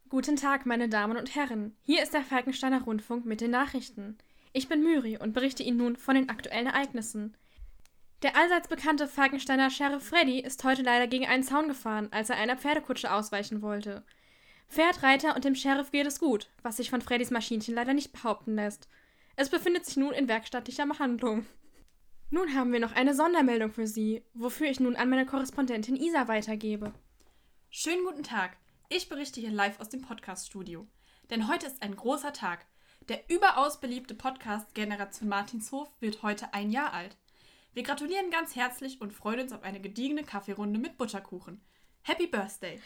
Guten Tag, meine Damen und Herren. Hier ist der Falkensteiner Rundfunk mit den Nachrichten. Ich bin Myri und berichte Ihnen nun von den aktuellen Ereignissen. Der allseits bekannte Falkensteiner Sheriff Freddy ist heute leider gegen einen Zaun gefahren, als er einer Pferdekutsche ausweichen wollte. Pferd, Reiter und dem Sheriff geht es gut, was sich von Freddys Maschinchen leider nicht behaupten lässt. Es befindet sich nun in werkstattlicher Behandlung. Nun haben wir noch eine Sondermeldung für Sie, wofür ich nun an meine Korrespondentin Isa weitergebe. Schönen guten Tag. Ich berichte hier live aus dem Podcast-Studio. Denn heute ist ein großer Tag. Der überaus beliebte Podcast Generation Martinshof wird heute 1 Jahr alt. Wir gratulieren ganz herzlich und freuen uns auf eine gediegene Kaffeerunde mit Butterkuchen. Happy Birthday!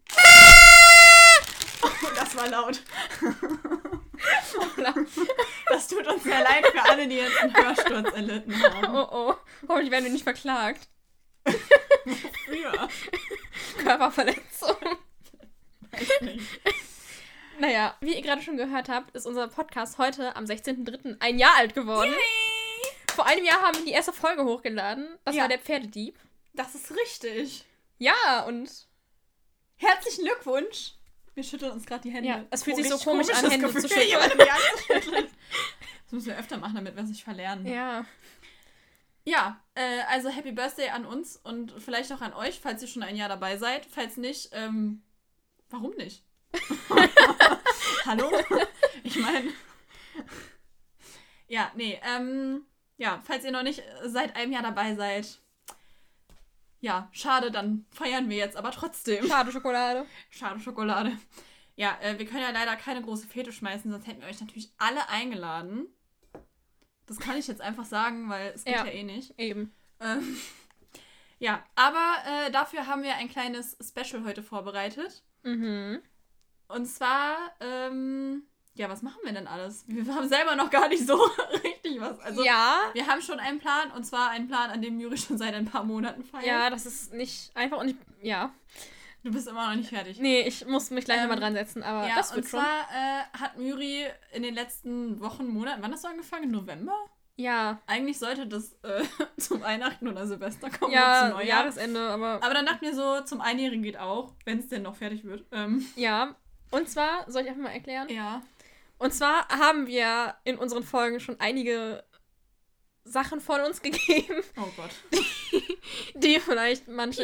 Oh, das war laut. Das tut uns sehr leid für alle, die jetzt einen Hörsturz erlitten haben. Oh, hoffentlich werden wir nicht verklagt. Früher. Körperverletzung. Weiß nicht. Naja, wie ihr gerade schon gehört habt, ist unser Podcast heute am 16.03. 1 Jahr alt geworden. Yay! Vor einem Jahr haben wir die erste Folge hochgeladen. Das Ja. war der Pferdedieb. Das ist richtig. Ja, und Herzlichen Glückwunsch. Wir schütteln uns gerade die Hände. ja, es fühlt sich so Richtig komisch an, komisches Hände Gefühl, zu schütteln. jemandem die Hand zu schütteln. Das müssen wir öfter machen, damit wir es nicht verlernen. Ja. Ja, also Happy Birthday an uns und vielleicht auch an euch, falls ihr schon 1 Jahr dabei seid. Falls nicht, warum nicht? Hallo? Ich meine... Ja, nee, ja, falls ihr noch nicht seit 1 Jahr dabei seid, ja, schade, dann feiern wir jetzt aber trotzdem. Schade Schokolade. Schade Schokolade. Ja, wir können ja leider keine große Fete schmeißen, sonst hätten wir euch natürlich alle eingeladen. Das kann ich jetzt einfach sagen, weil es geht ja eh nicht. Eben. Ja, aber dafür haben wir ein kleines Special heute vorbereitet. Mhm. Und zwar, ja, was machen wir denn alles? Wir haben selber noch gar nicht so richtig was. Also, ja. wir haben schon einen Plan, und zwar einen Plan, an dem Myri schon seit ein paar Monaten feiert. Ja, das ist nicht einfach und ich, ja. Du bist immer noch nicht fertig. Nee, ich muss mich gleich nochmal dran setzen, aber Ja, das wird und schon. zwar hat Myri in den letzten Wochen, Monaten, wann hast du angefangen? Im November? Ja. Eigentlich sollte das zum Weihnachten oder Silvester kommen, Ja, oder zum Neujahr. Jahresende, aber Aber dann dachten wir so, zum Einjährigen geht auch, wenn es denn noch fertig wird. ja. Und zwar, soll ich einfach mal erklären? Ja. Und zwar haben wir in unseren Folgen schon einige Sachen von uns gegeben, Oh Gott. die vielleicht manche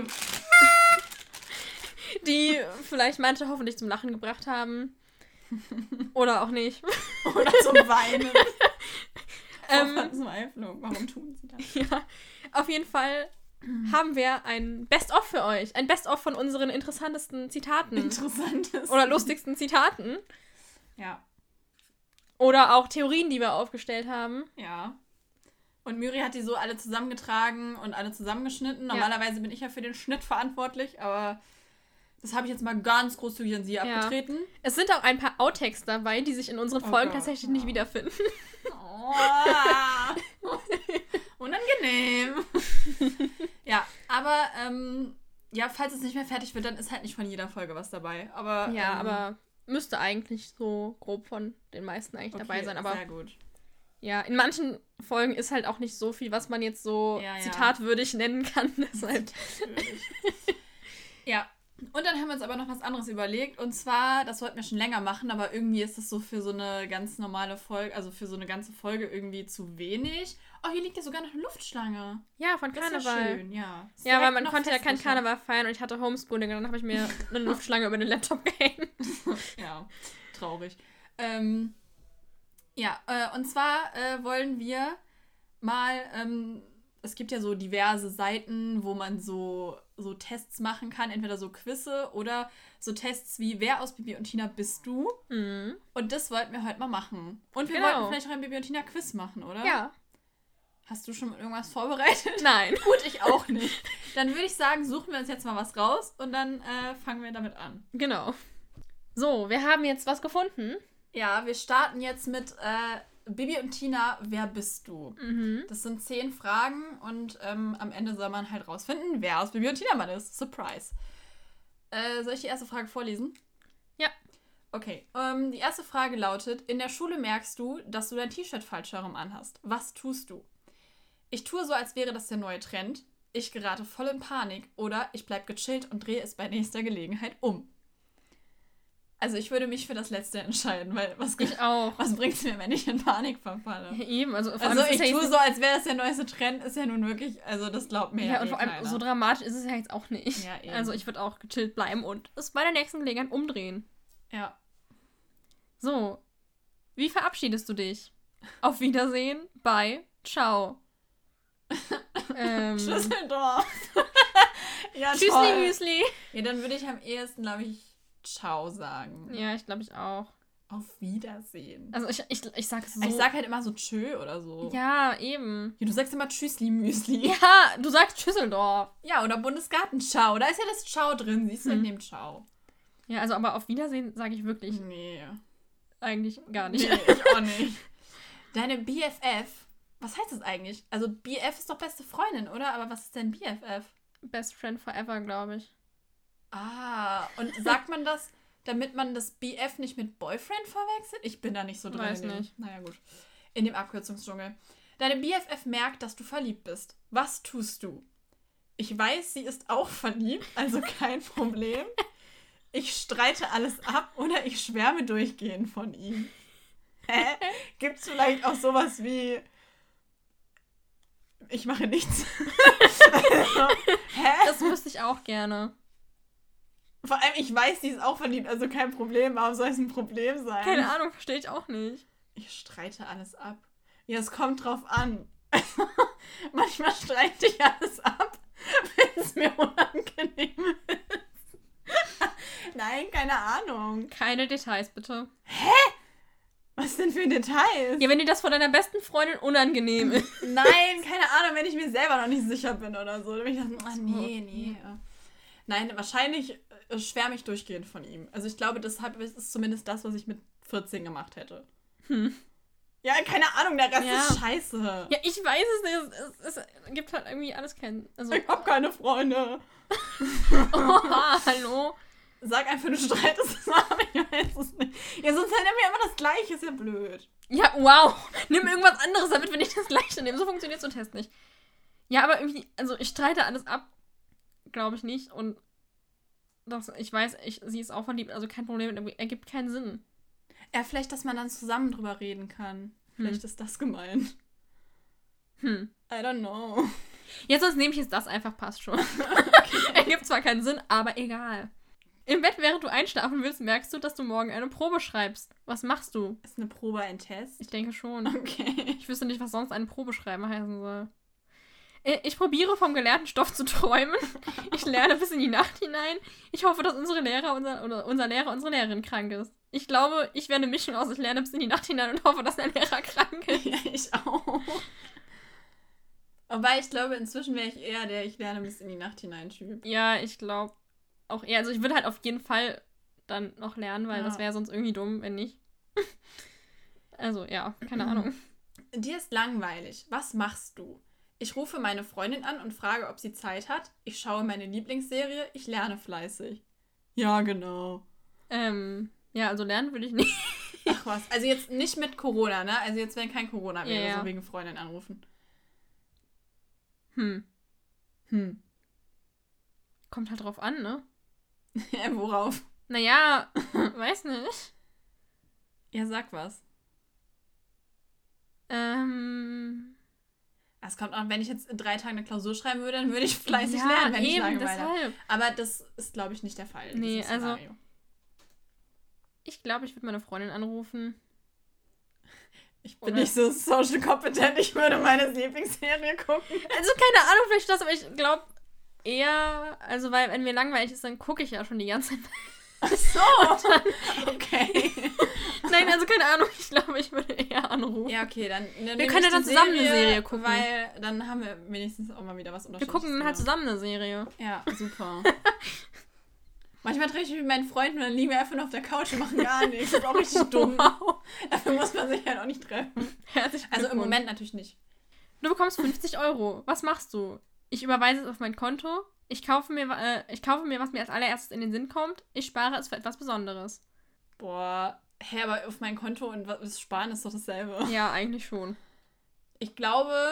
hoffentlich zum Lachen gebracht haben. Oder auch nicht. Oder zum Weinen. Verzweiflung. Warum tun sie das? Ja, auf jeden Fall haben wir ein Best-of für euch. Ein Best-of von unseren interessantesten Zitaten. Interessantes. Oder lustigsten Zitaten. Ja. Oder auch Theorien, die wir aufgestellt haben. Ja. Und Myri hat die so alle zusammengetragen und alle zusammengeschnitten. Normalerweise bin ich ja für den Schnitt verantwortlich, aber das habe ich jetzt mal ganz großzügig an sie abgetreten. Es sind auch ein paar Outtakes dabei, die sich in unseren Folgen tatsächlich nicht wiederfinden. Oh. Unangenehm. Ja, aber ja, falls es nicht mehr fertig wird, dann ist halt nicht von jeder Folge was dabei. Aber ja, aber müsste eigentlich so grob von den meisten eigentlich dabei sein. Aber sehr gut. ja, in manchen Folgen ist halt auch nicht so viel, was man jetzt so zitatwürdig nennen kann. Deshalb. Ja. Und dann haben wir uns aber noch was anderes überlegt. Und zwar, das wollten wir schon länger machen, aber irgendwie ist das so für so eine ganz normale Folge, also für so eine ganze Folge irgendwie zu wenig. Oh, hier liegt ja sogar noch eine Luftschlange. Ja, von Das ist ja Karneval. schön, ja. Ist Ja, weil direkt man noch konnte ja kein festlicher. Karneval feiern und ich hatte Homeschooling und dann habe ich mir eine Luftschlange über den Laptop gehängt. Ja, traurig. Ja, und zwar wollen wir mal, es gibt ja so diverse Seiten, wo man so Tests machen kann, entweder so Quizze oder so Tests wie, wer aus Bibi und Tina bist du? Mhm. Und das wollten wir heute mal machen. Und wir Genau. wollten vielleicht auch ein Bibi und Tina Quiz machen, oder? Ja. Hast du schon irgendwas vorbereitet? Nein. Gut, ich auch nicht. Dann würde ich sagen, suchen wir uns jetzt mal was raus und dann fangen wir damit an. Genau. So, wir haben jetzt was gefunden. Ja, wir starten jetzt mit Bibi und Tina, wer bist du? Mhm. Das sind 10 Fragen und am Ende soll man halt rausfinden, wer aus Bibi und Tina man ist. Surprise. Soll ich die erste Frage vorlesen? Ja. Okay, die erste Frage lautet, in der Schule merkst du, dass du dein T-Shirt falsch herum anhast. Was tust du? Ich tue so, als wäre das der neue Trend. Ich gerate voll in Panik. Oder ich bleib gechillt und drehe es bei nächster Gelegenheit um. Also ich würde mich für das Letzte entscheiden, weil Ich auch. was bringt es mir, wenn ich in Panik verfalle? Ja, eben, also vor Also allem ich tue so, als wäre das der neueste Trend, ist ja nun wirklich, also das glaubt mir ja, und vor allem keiner. so dramatisch ist es ja jetzt auch nicht. Ja, eben. Also ich würde auch gechillt bleiben und es bei der nächsten Gelegenheit umdrehen. Ja. So, wie verabschiedest du dich? Auf Wiedersehen, bye, ciao. Schüsseldorf. Ja, Tschüssli, toll. Müsli. Ja, dann würde ich am ehesten, glaube ich, Ciao sagen. Ja, ich glaube ich auch. Auf Wiedersehen. Also ich sag so. Ich sag halt immer so Tschö oder so. Ja, eben. Ja, du sagst immer Tschüssli Müsli. Ja, du sagst Schüsseldorf. Ja, oder Bundesgarten-Ciao. Da ist ja das Ciao drin. Siehst du in dem Ciao. Ja, also aber auf Wiedersehen sage ich wirklich Nee. eigentlich gar nicht. Nee, ich auch nicht. Deine BFF, was heißt das eigentlich? Also BF ist doch beste Freundin, oder? Aber was ist denn BFF? Best Friend Forever, glaube ich. Ah, und sagt man das, damit man das BF nicht mit Boyfriend verwechselt? Ich bin da nicht so drin. Weiß in dem, nicht. Naja, gut. In dem Abkürzungsdschungel. Deine BFF merkt, dass du verliebt bist. Was tust du? Ich weiß, sie ist auch verliebt, also kein Problem. Ich streite alles ab oder ich schwärme durchgehend von ihm. Hä? Gibt's vielleicht auch sowas wie ich mache nichts? Also, hä? Das wüsste ich auch gerne. Vor allem, ich weiß, die ist auch verliebt, also kein Problem. Warum soll es ein Problem sein? Keine Ahnung, verstehe ich auch nicht. Ich streite alles ab. Ja, es kommt drauf an. Manchmal streite ich alles ab, wenn es mir unangenehm ist. Nein, keine Ahnung. Keine Details, bitte. Was denn für Details? Ja, wenn dir das von deiner besten Freundin unangenehm ist. Nein, keine Ahnung, wenn ich mir selber noch nicht sicher bin oder so. Dann bin ich dann, nee. Nein, wahrscheinlich schwärme ich durchgehend von ihm. Also ich glaube, deshalb ist es zumindest das, was ich mit 14 gemacht hätte. Ja, keine Ahnung, der Rest ist scheiße. Ja, ich weiß es nicht. Es gibt halt irgendwie alles keinen. Also, Ich hab keine Freunde. oha, hallo. Sag einfach, du streitest es ab. Ich weiß es nicht. Ja, sonst hätten wir immer das Gleiche. Ist ja blöd. Ja, wow. Nimm irgendwas anderes damit, wenn ich das Gleiche nehme. So funktioniert so ein Test nicht. Ja, aber irgendwie, also ich streite alles ab. Glaube ich nicht. Und ich weiß, sie ist auch verliebt. Also kein Problem. Ergibt keinen Sinn. Ja, vielleicht, dass man dann zusammen drüber reden kann. Vielleicht ist das gemeint. I don't know. Ja, sonst nehme ich jetzt das einfach, passt schon. Ergibt zwar keinen Sinn, aber egal. Im Bett, während du einschlafen willst, merkst du, dass du morgen eine Probe schreibst. Was machst du? Ist eine Probe ein Test? Ich denke schon. Okay. Ich wüsste nicht, was sonst eine Probe schreiben heißen soll. Ich probiere vom gelehrten Stoff zu träumen. Ich lerne bis in die Nacht hinein. Ich hoffe, dass unser Lehrer, unsere Lehrerin krank ist. Ich glaube, ich wäre eine Mischung aus, ich lerne bis in die Nacht hinein und hoffe, dass der Lehrer krank ist. Ja, ich auch. Wobei ich glaube, inzwischen wäre ich eher der ich lerne bis in die Nacht hinein Typ. Ja, ich glaube auch eher. Also ich würde halt auf jeden Fall dann noch lernen, weil das wäre sonst irgendwie dumm, wenn nicht. Also ja, keine Ahnung. Dir ist langweilig. Was machst du? Ich rufe meine Freundin an und frage, ob sie Zeit hat. Ich schaue meine Lieblingsserie. Ich lerne fleißig. Ja, genau. Ja, also lernen würde ich nicht. Ach was. Also jetzt nicht mit Corona, ne? Also jetzt, wenn kein Corona wäre, Ja. so wegen Freundin anrufen. Kommt halt drauf an, ne? Ja, worauf? Naja, weiß nicht. Ja, sag was. Es kommt auch, wenn ich jetzt in 3 Tagen eine Klausur schreiben würde, dann würde ich fleißig lernen, wenn ich Langeweile habe. Deshalb. Aber das ist, glaube ich, nicht der Fall. in Nee, diesem also Szenario. ich glaube, ich würde meine Freundin anrufen. Ich bin nicht so social kompetent, ich würde meine Lieblingsserie gucken. Also keine Ahnung, vielleicht das, aber ich glaube eher, also weil wenn mir langweilig ist, dann gucke ich ja schon die ganze Zeit. Ach so, okay. Nein, also keine Ahnung, ich glaube, ich würde eher anrufen. Ja, okay, dann Wir können ja dann zusammen eine Serie gucken. Weil dann haben wir wenigstens auch mal wieder was Wir Unterschiedliches. gucken dann halt zusammen eine Serie. Ja, super. Manchmal treffe ich mich mit meinen Freunden und dann liegen wir einfach nur auf der Couch und machen gar nichts. Das ist auch richtig dumm. Wow. Dafür muss man sich halt auch nicht treffen. Herzlichen Also im Glückwunsch. Moment natürlich nicht. Du bekommst 50 €. Was machst du? Ich überweise es auf mein Konto. Ich kaufe mir, was mir als allererstes in den Sinn kommt. Ich spare es für etwas Besonderes. Boah, aber auf mein Konto und was sparen ist doch dasselbe. Ja, eigentlich schon. Ich glaube,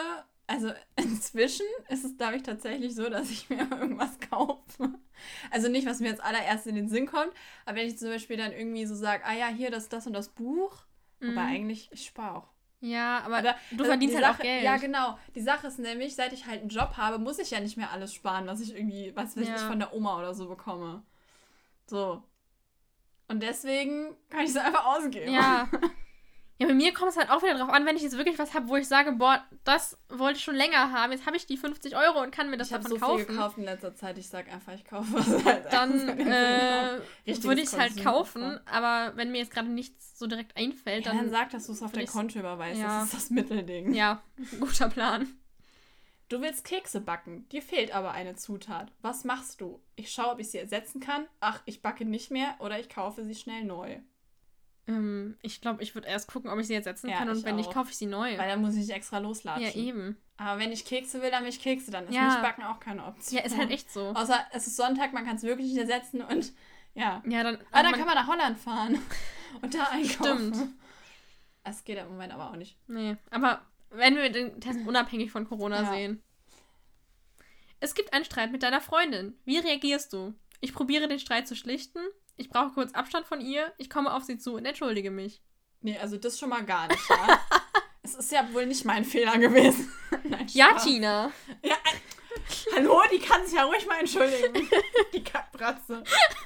Also inzwischen ist es, glaube ich, tatsächlich so, dass ich mir irgendwas kaufe. Also nicht, was mir jetzt allererst in den Sinn kommt, aber wenn ich zum Beispiel dann irgendwie so sage, ah ja, hier das und das Buch, wobei eigentlich, ich spare auch. Ja, aber du also verdienst die halt auch Sache, Geld. Ja, genau. Die Sache ist nämlich, seit ich halt einen Job habe, muss ich ja nicht mehr alles sparen, was ich irgendwie, was weiß ich, von der Oma oder so bekomme. So. Und deswegen kann ich es einfach ausgeben. Ja. Ja, bei mir kommt es halt auch wieder drauf an, wenn ich jetzt wirklich was habe, wo ich sage, boah, das wollte ich schon länger haben, jetzt habe ich die 50 € und kann mir das davon kaufen. Ich habe so viel gekauft in letzter Zeit, ich sag einfach, ich kaufe was halt. Dann würde ich es halt kaufen, aber wenn mir jetzt gerade nichts so direkt einfällt, ja, dann sag, dass du es auf dein Konto überweist. Ja. Das ist das Mittelding. Ja, guter Plan. Du willst Kekse backen, dir fehlt aber eine Zutat. Was machst du? Ich schaue, ob ich sie ersetzen kann. Ach, ich backe nicht mehr oder ich kaufe sie schnell neu. Ich glaube, ich würde erst gucken, ob ich sie ersetzen Ja, kann und wenn auch. nicht, kaufe ich sie neu. Weil dann muss ich nicht extra loslatschen. Ja, eben. Aber wenn ich Kekse will, dann will ich Kekse. Dann ist Ja. Milchbacken auch keine Option. Ja, ist halt echt so. Außer es ist Sonntag, man kann es wirklich nicht ersetzen und ja. Ja, dann, Aber dann kann man nach Holland fahren und da einkaufen. Stimmt. Das geht im Moment aber auch nicht. Nee, aber wenn wir den Test unabhängig von Corona sehen. Es gibt einen Streit mit deiner Freundin. Wie reagierst du? Ich probiere den Streit zu schlichten. Ich brauche kurz Abstand von ihr. Ich komme auf sie zu und entschuldige mich. Nee, also das schon mal gar nicht, ja. Es ist ja wohl nicht mein Fehler gewesen. Nein, Ja, Spaß. Tina. Ja, hallo, die kann sich ja ruhig mal entschuldigen. Die Kackbratze.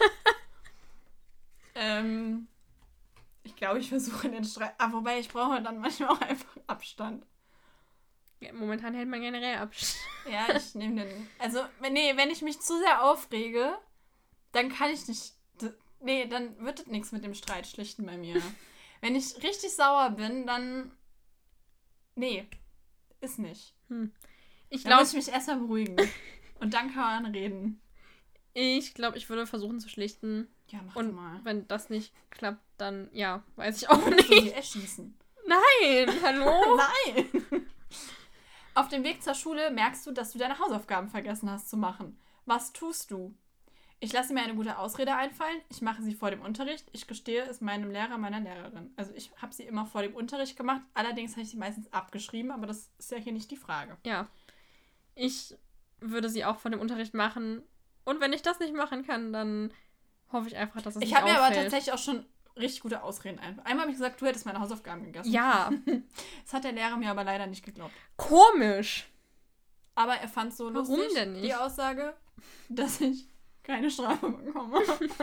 Ich glaube, ich versuche den Streit. Aber wobei, ich brauche dann manchmal auch einfach Abstand. Ja, momentan hält man generell Abstand. Ja, ich nehme den. Also, wenn ich mich zu sehr aufrege, dann kann ich nicht. Nee, dann wird es nichts mit dem Streit schlichten bei mir. Wenn ich richtig sauer bin, dann. Nee, ist nicht. Ich Dann glaube, muss ich mich erstmal beruhigen. Und dann kann man reden. ich würde versuchen zu schlichten. Ja, mach Und doch mal. wenn das nicht klappt, dann, ja, weiß ich auch Willst du nicht. sie erschießen? Nein, hallo? Nein! Auf dem Weg zur Schule merkst du, dass du deine Hausaufgaben vergessen hast zu machen. Was tust du? Ich lasse mir eine gute Ausrede einfallen. Ich mache sie vor dem Unterricht. Ich gestehe es meinem Lehrer, meiner Lehrerin. Also ich habe sie immer vor dem Unterricht gemacht. Allerdings habe ich sie meistens abgeschrieben, aber das ist ja hier nicht die Frage. Ja. Ich würde sie auch vor dem Unterricht machen. Und wenn ich das nicht machen kann, dann hoffe ich einfach, dass es Ich nicht habe mir aber auffällt. tatsächlich auch schon richtig gute Ausreden einfallen. Einmal habe ich gesagt, du hättest meine Hausaufgaben gegessen. Ja, Das hat der Lehrer mir aber leider nicht geglaubt. komisch. Aber er fand es so Warum lustig, denn nicht? die Aussage, dass ich keine Strafe bekomme.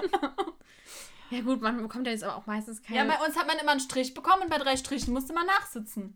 Ja gut, man bekommt ja jetzt aber auch meistens keine... Ja, bei uns hat man immer einen Strich bekommen und bei 3 Strichen musste man nachsitzen.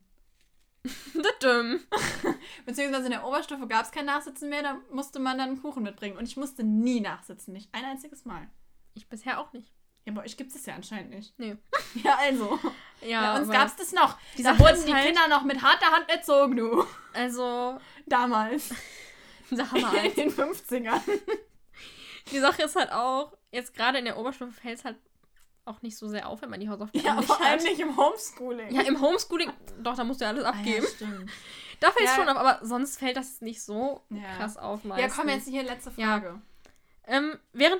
Dumm. Beziehungsweise in der Oberstufe gab es kein Nachsitzen mehr, da musste man dann einen Kuchen mitbringen. Und ich musste nie nachsitzen, nicht ein einziges Mal. Ich bisher auch nicht. Ja, bei euch gibt es ja anscheinend nicht. Nee. Ja, also. Ja, Bei uns aber gab es das noch. die Da Sache wurden ist die halt- Kinder noch mit harter Hand erzogen, du. Also, Damals. sag mal, In den 50ern. die Sache ist halt auch, jetzt gerade in der Oberstufe fällt es halt auch nicht so sehr auf, wenn man die Hausaufgaben Ja, nicht vor allem hat. nicht im Homeschooling. Ja, im Homeschooling, doch, da musst du ja alles abgeben. Ah, ja, stimmt. Da fällt es Ja. schon auf, aber sonst fällt das nicht so Ja. krass auf Ja, meistens. komm, jetzt hier letzte Frage. Während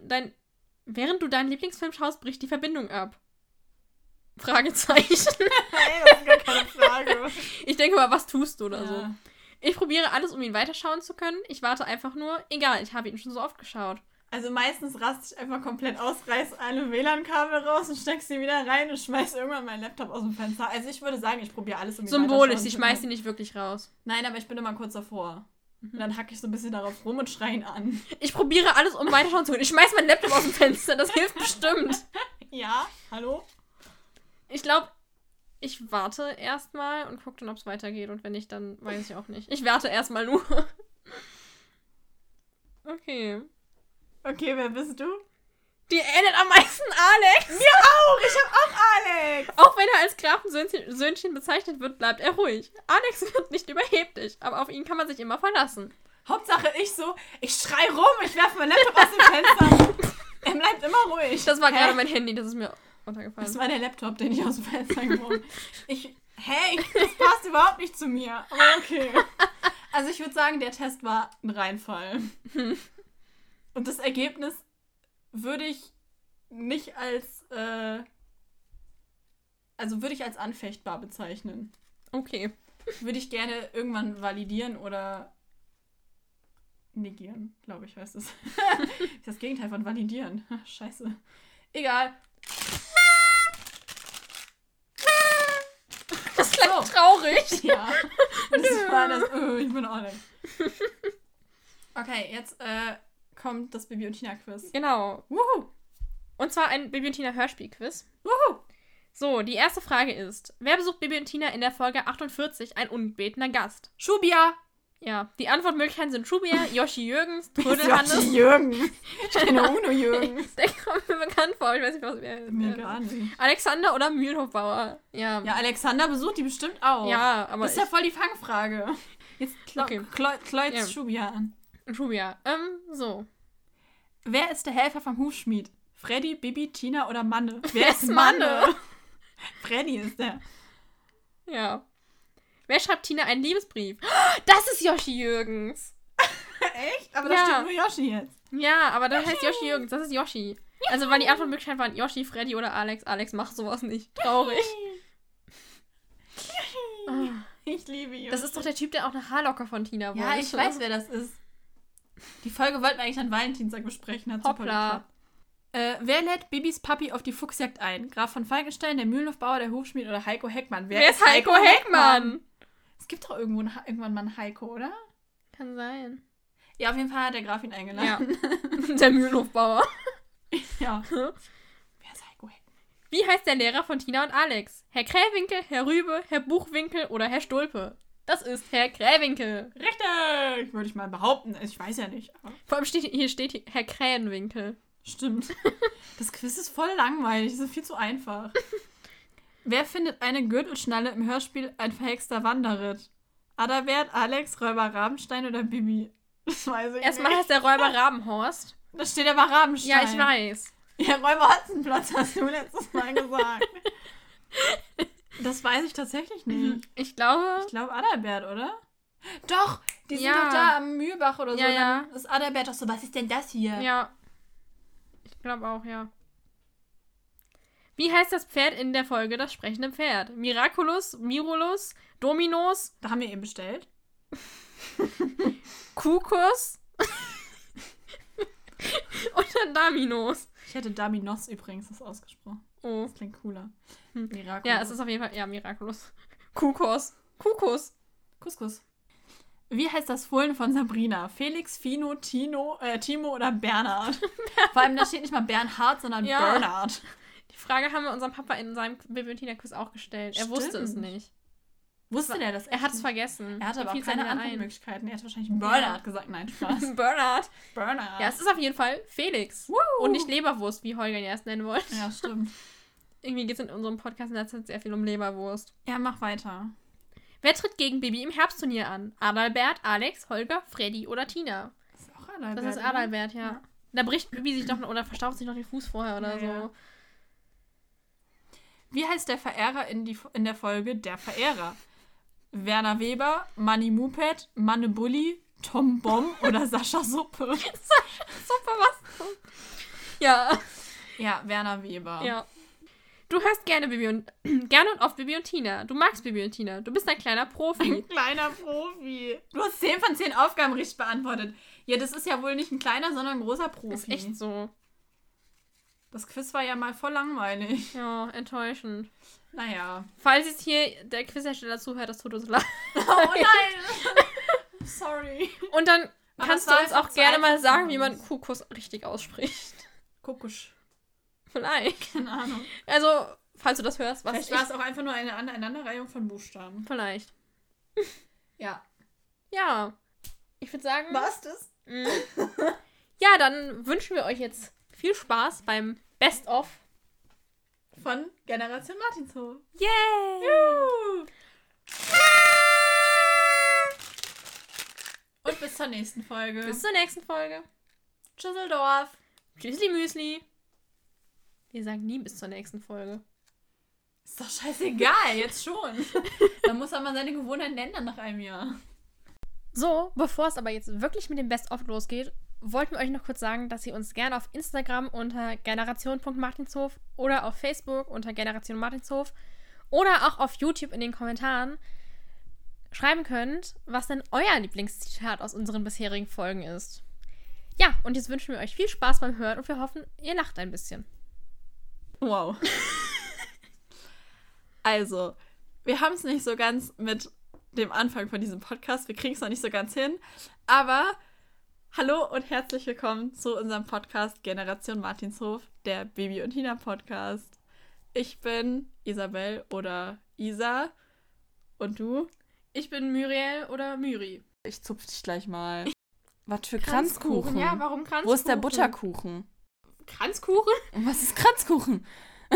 du deinen Lieblingsfilm schaust, bricht die Verbindung ab. Fragezeichen. Hey, das ist gar keine Frage. Ich denke mal, was tust du oder so? Ja. Ich probiere alles, um ihn weiterschauen zu können. Ich warte einfach nur. Egal, ich habe ihn schon so oft geschaut. Also meistens raste ich einfach komplett aus, reiß eine WLAN-Kabel raus und steck sie wieder rein und schmeiß irgendwann meinen Laptop aus dem Fenster. Also ich würde sagen, ich probiere alles, um ihn Symbolisch, weiterschauen ich zu schmeiß können. ihn nicht wirklich raus. Nein, aber ich bin immer kurz davor. Und dann hacke ich so ein bisschen darauf rum und schreie ihn an. Ich probiere alles, um weiterschauen zu können. Ich schmeiß meinen Laptop aus dem Fenster, das hilft bestimmt. Ja, hallo? Ich glaube, ich warte erstmal und gucke dann, ob es weitergeht. Und wenn nicht, dann weiß ich auch nicht. Ich warte erstmal nur. Okay. Okay, wer bist du? Die ähnelt am meisten Alex. Mir auch! Ich hab auch Alex! Auch wenn er als Grafensöhnchen bezeichnet wird, bleibt er ruhig. Alex wird nicht überheblich, aber auf ihn kann man sich immer verlassen. Hauptsache ich schrei rum, ich werfe mein Laptop aus dem Fenster. Er bleibt immer ruhig. Das war Hä? gerade mein Handy, das ist mir runtergefallen. Das war der Laptop, den ich aus dem Fenster geworfen habe. Das passt überhaupt nicht zu mir. Aber okay. Also ich würde sagen, der Test war ein Reinfall. Und das Ergebnis würde ich nicht als, würde ich als anfechtbar bezeichnen. Okay. würde ich gerne irgendwann validieren oder negieren, glaube ich, heißt es. Ist das Gegenteil von validieren. Scheiße. Egal. Das klingt traurig. Ja. Das war das. Ich bin auch nicht. Okay, jetzt kommt das Bibi und Tina Quiz. Genau. Wuhu! Und zwar ein Bibi und Tina Hörspiel-Quiz. Wuhu! So, die erste Frage ist, wer besucht Bibi und Tina in der Folge 48 ein unbetener Gast? Schubia! Ja, die Antwortmöglichkeiten sind Schubia, Yoshi Jürgens, Yoshi Trödelhannes. Jürgens. Ich kenne Uno Jürgens. Der kommt mir bekannt vor, ich weiß nicht, was wer Mir gar nicht. Alexander oder Mühlenhofbauer. Ja, Ja, Alexander besucht die bestimmt auch. ja, aber Das ist ja voll die Fangfrage. Jetzt Okay. kleut's Ja. Schubia an. Schubia. So. Wer ist der Helfer vom Hufschmied? Freddy, Bibi, Tina oder Manne? Wer ist Manne? Freddy ist der. Ja. Wer schreibt Tina einen Liebesbrief? Das ist Yoshi Jürgens. Echt? Aber Ja. da steht nur Yoshi jetzt. Ja, aber das heißt Yoshi Jürgens. Das ist Yoshi. Also, weil die Antwortmöglichkeiten waren Yoshi, Freddy oder Alex. Alex macht sowas nicht. Traurig. Ah. Ich liebe Yoshi. Das ist doch der Typ, der auch eine Haarlocke von Tina wollte. Ja, ich weiß, wer das ist. Die Folge wollten wir eigentlich an Valentinstag besprechen. Hat super Hoppla. geklappt. Wer lädt Bibis Papi auf die Fuchsjagd ein? Graf von Falkenstein, der Mühlenhofbauer, der Hufschmied oder Heiko Heckmann? Wer ist Heiko Heckmann? Es gibt doch irgendwann mal einen Heiko, oder? Kann sein. Ja, auf jeden Fall hat der Graf ihn eingeladen. Ja. Der Mühlenhofbauer. Ja. Wer ist Heiko Heckmann? Wie heißt der Lehrer von Tina und Alex? Herr Krähwinkel, Herr Rübe, Herr Buchwinkel oder Herr Stulpe? Das ist Herr Krähwinkel. Richtig! Würde ich mal behaupten. Ich weiß ja nicht. Aber Vor allem steht Herr Krähenwinkel. stimmt. Das Quiz ist voll langweilig. Das ist viel zu einfach. Wer findet eine Gürtelschnalle im Hörspiel Ein verhexter Wanderritt? Adalbert, Alex, Räuber Rabenstein oder Bibi? Das weiß ich Erstmal nicht. heißt der Räuber Rabenhorst. Da steht aber Rabenstein. Ja, ich weiß. Ja, Räuber Hotzenplotz hast du letztes Mal gesagt. Das weiß ich tatsächlich nicht. Ich glaube... Ich glaube Adalbert, oder? Doch, die sind Ja. doch da am Mühlbach oder so. Ja, ja. Dann ist Adalbert doch so, was ist denn das hier? Ja. Ich glaube auch, ja. Wie heißt das Pferd in der Folge Das sprechende Pferd? Miraculous, Mirulus, Dominos, Da haben wir eben bestellt. Kukus oder Daminos? Ich hätte Daminos übrigens das ausgesprochen. Oh. Das klingt cooler. Hm. Miraculous. Ja, es ist auf jeden Fall, ja, Miraculous. Kukus. Couscous. Wie heißt das Fohlen von Sabrina? Felix, Fino, Timo oder Bernhard? Vor allem, da steht nicht mal Bernhard, sondern Ja. Bernhard. Die Frage haben wir unserem Papa in seinem Bibi und Tina Quiz auch gestellt. Er wusste es Stimmt. nicht. Wusste der das? Er hat es echt vergessen. Er hatte aber Fiel auch es dann keine wieder ein. Antwortmöglichkeiten. Er hat wahrscheinlich Bernhard gesagt. Nein, Spaß. Bernhard. Bernhard. Ja, es ist auf jeden Fall Felix. Woo. Und nicht Leberwurst, wie Holger ihn erst nennen wollte. Ja, stimmt. Irgendwie geht es in unserem Podcast in letzter Zeit sehr viel um Leberwurst. Ja, mach weiter. Wer tritt gegen Bibi im Herbstturnier an? Adalbert, Alex, Holger, Freddy oder Tina? Das ist auch Adalbert. Das ist oder? Adalbert, ja. Da bricht Bibi sich doch noch oder verstaucht sich noch den Fuß vorher oder Ja, so. ja. Wie heißt der Verehrer in der Folge Der Verehrer? Werner Weber, Manni Muped, Manne Bulli, Tom Bomb oder Sascha Suppe? Super, was? Ja. Ja, Werner Weber. Ja. Du hörst gerne gerne und oft Bibi und Tina. Du magst Bibi und Tina. Du bist ein kleiner Profi. Ein kleiner Profi. Du hast 10 von 10 Aufgaben richtig beantwortet. Ja, das ist ja wohl nicht ein kleiner, sondern ein großer Profi. Ist echt so. Das Quiz war ja mal voll langweilig. Ja, enttäuschend. Naja. Falls jetzt hier der Quizhersteller zuhört, das tut uns leid. Oh nein! Sorry. Und dann Aber kannst es du war uns einfach auch zu gerne mal einfach sagen, für wie man uns. Kukus richtig ausspricht. Kuckusch. Vielleicht. Keine Ahnung. Also, falls du das hörst, was Vielleicht war es auch einfach nur eine Aneinanderreihung von Buchstaben. Vielleicht. Ja. Ja. Ich würde sagen... War's das? Mhm. Ja, dann wünschen wir euch jetzt viel Spaß beim Best-of. Von Generation Martinshof. Yay! Juhu. Und bis zur nächsten Folge. Bis zur nächsten Folge. Tschüsseldorf. Tschüssli Müsli. Wir sagen nie bis zur nächsten Folge. Ist doch scheißegal, jetzt schon. Da muss er mal seine Gewohnheiten ändern nach einem Jahr. So, bevor es aber jetzt wirklich mit dem Best-of losgeht, wollten wir euch noch kurz sagen, dass ihr uns gerne auf Instagram unter generation.martinshof oder auf Facebook unter Generation Martinshof oder auch auf YouTube in den Kommentaren schreiben könnt, was denn euer Lieblingszitat aus unseren bisherigen Folgen ist. Ja, und jetzt wünschen wir euch viel Spaß beim Hören und wir hoffen, ihr lacht ein bisschen. Wow. Also, wir haben es nicht so ganz mit dem Anfang von diesem Podcast. Wir kriegen es noch nicht so ganz hin. Aber hallo und herzlich willkommen zu unserem Podcast Generation Martinshof, der Bibi und Tina Podcast. Ich bin Isabel oder Isa. Und du? Ich bin Muriel oder Myri. Ich zupf dich gleich mal. Was für Kranzkuchen? Ja, warum Kranzkuchen? Wo ist der Butterkuchen? Kranzkuchen? Und was ist Kranzkuchen?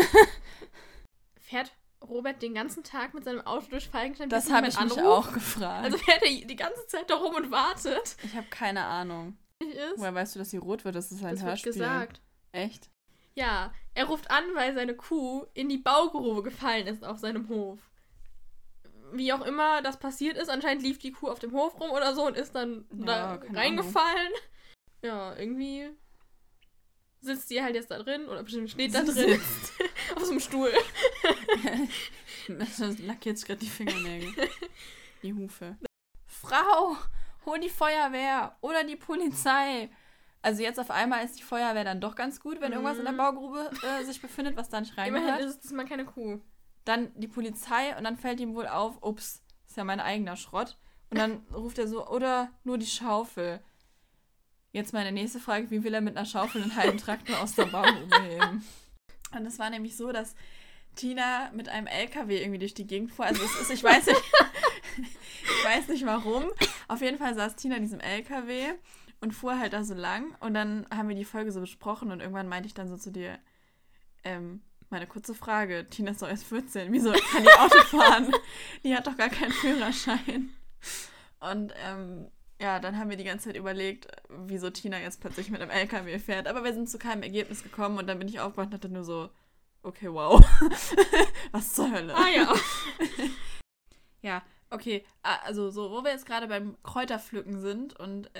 Fährt Robert den ganzen Tag mit seinem Auto durch Falkenstein? Das habe ich mich auch gefragt. Also fährt er die ganze Zeit da rum und wartet? Ich habe keine Ahnung. Woher weißt du, dass sie rot wird? Das ist ein Hörspiel. Das wird gesagt. Echt? Ja, er ruft an, weil seine Kuh in die Baugrube gefallen ist auf seinem Hof. Wie auch immer das passiert ist, anscheinend lief die Kuh auf dem Hof rum oder so und ist dann da reingefallen. Ja, irgendwie sitzt die halt jetzt da drin oder bestimmt steht da drin. Auf so einem Stuhl. Das lackiert jetzt gerade die Fingernägel. Die Hufe. Frau, hol die Feuerwehr oder die Polizei. Also jetzt auf einmal ist die Feuerwehr dann doch ganz gut, wenn irgendwas in der Baugrube sich befindet, was da nicht reingehört. Immerhin ist es diesmal keine Kuh. Dann die Polizei und dann fällt ihm wohl auf, ups, ist ja mein eigener Schrott. Und dann ruft er so, oder nur die Schaufel. Jetzt meine nächste Frage, wie will er mit einer Schaufel einen halben Traktor aus der Baugrube heben? Und es war nämlich so, dass Tina mit einem LKW irgendwie durch die Gegend fuhr. Also es ist, ich weiß nicht warum. Auf jeden Fall saß Tina in diesem LKW und fuhr halt da so lang. Und dann haben wir die Folge so besprochen und irgendwann meinte ich dann so zu dir, meine kurze Frage, Tina ist doch erst 14, wieso kann die Auto fahren? Die hat doch gar keinen Führerschein. Und ja, dann haben wir die ganze Zeit überlegt, wieso Tina jetzt plötzlich mit einem LKW fährt. Aber wir sind zu keinem Ergebnis gekommen und dann bin ich aufgewacht und dachte nur so, okay, wow. Was zur Hölle? Ah ja. Ja, okay. Also so, wo wir jetzt gerade beim Kräuterpflücken sind und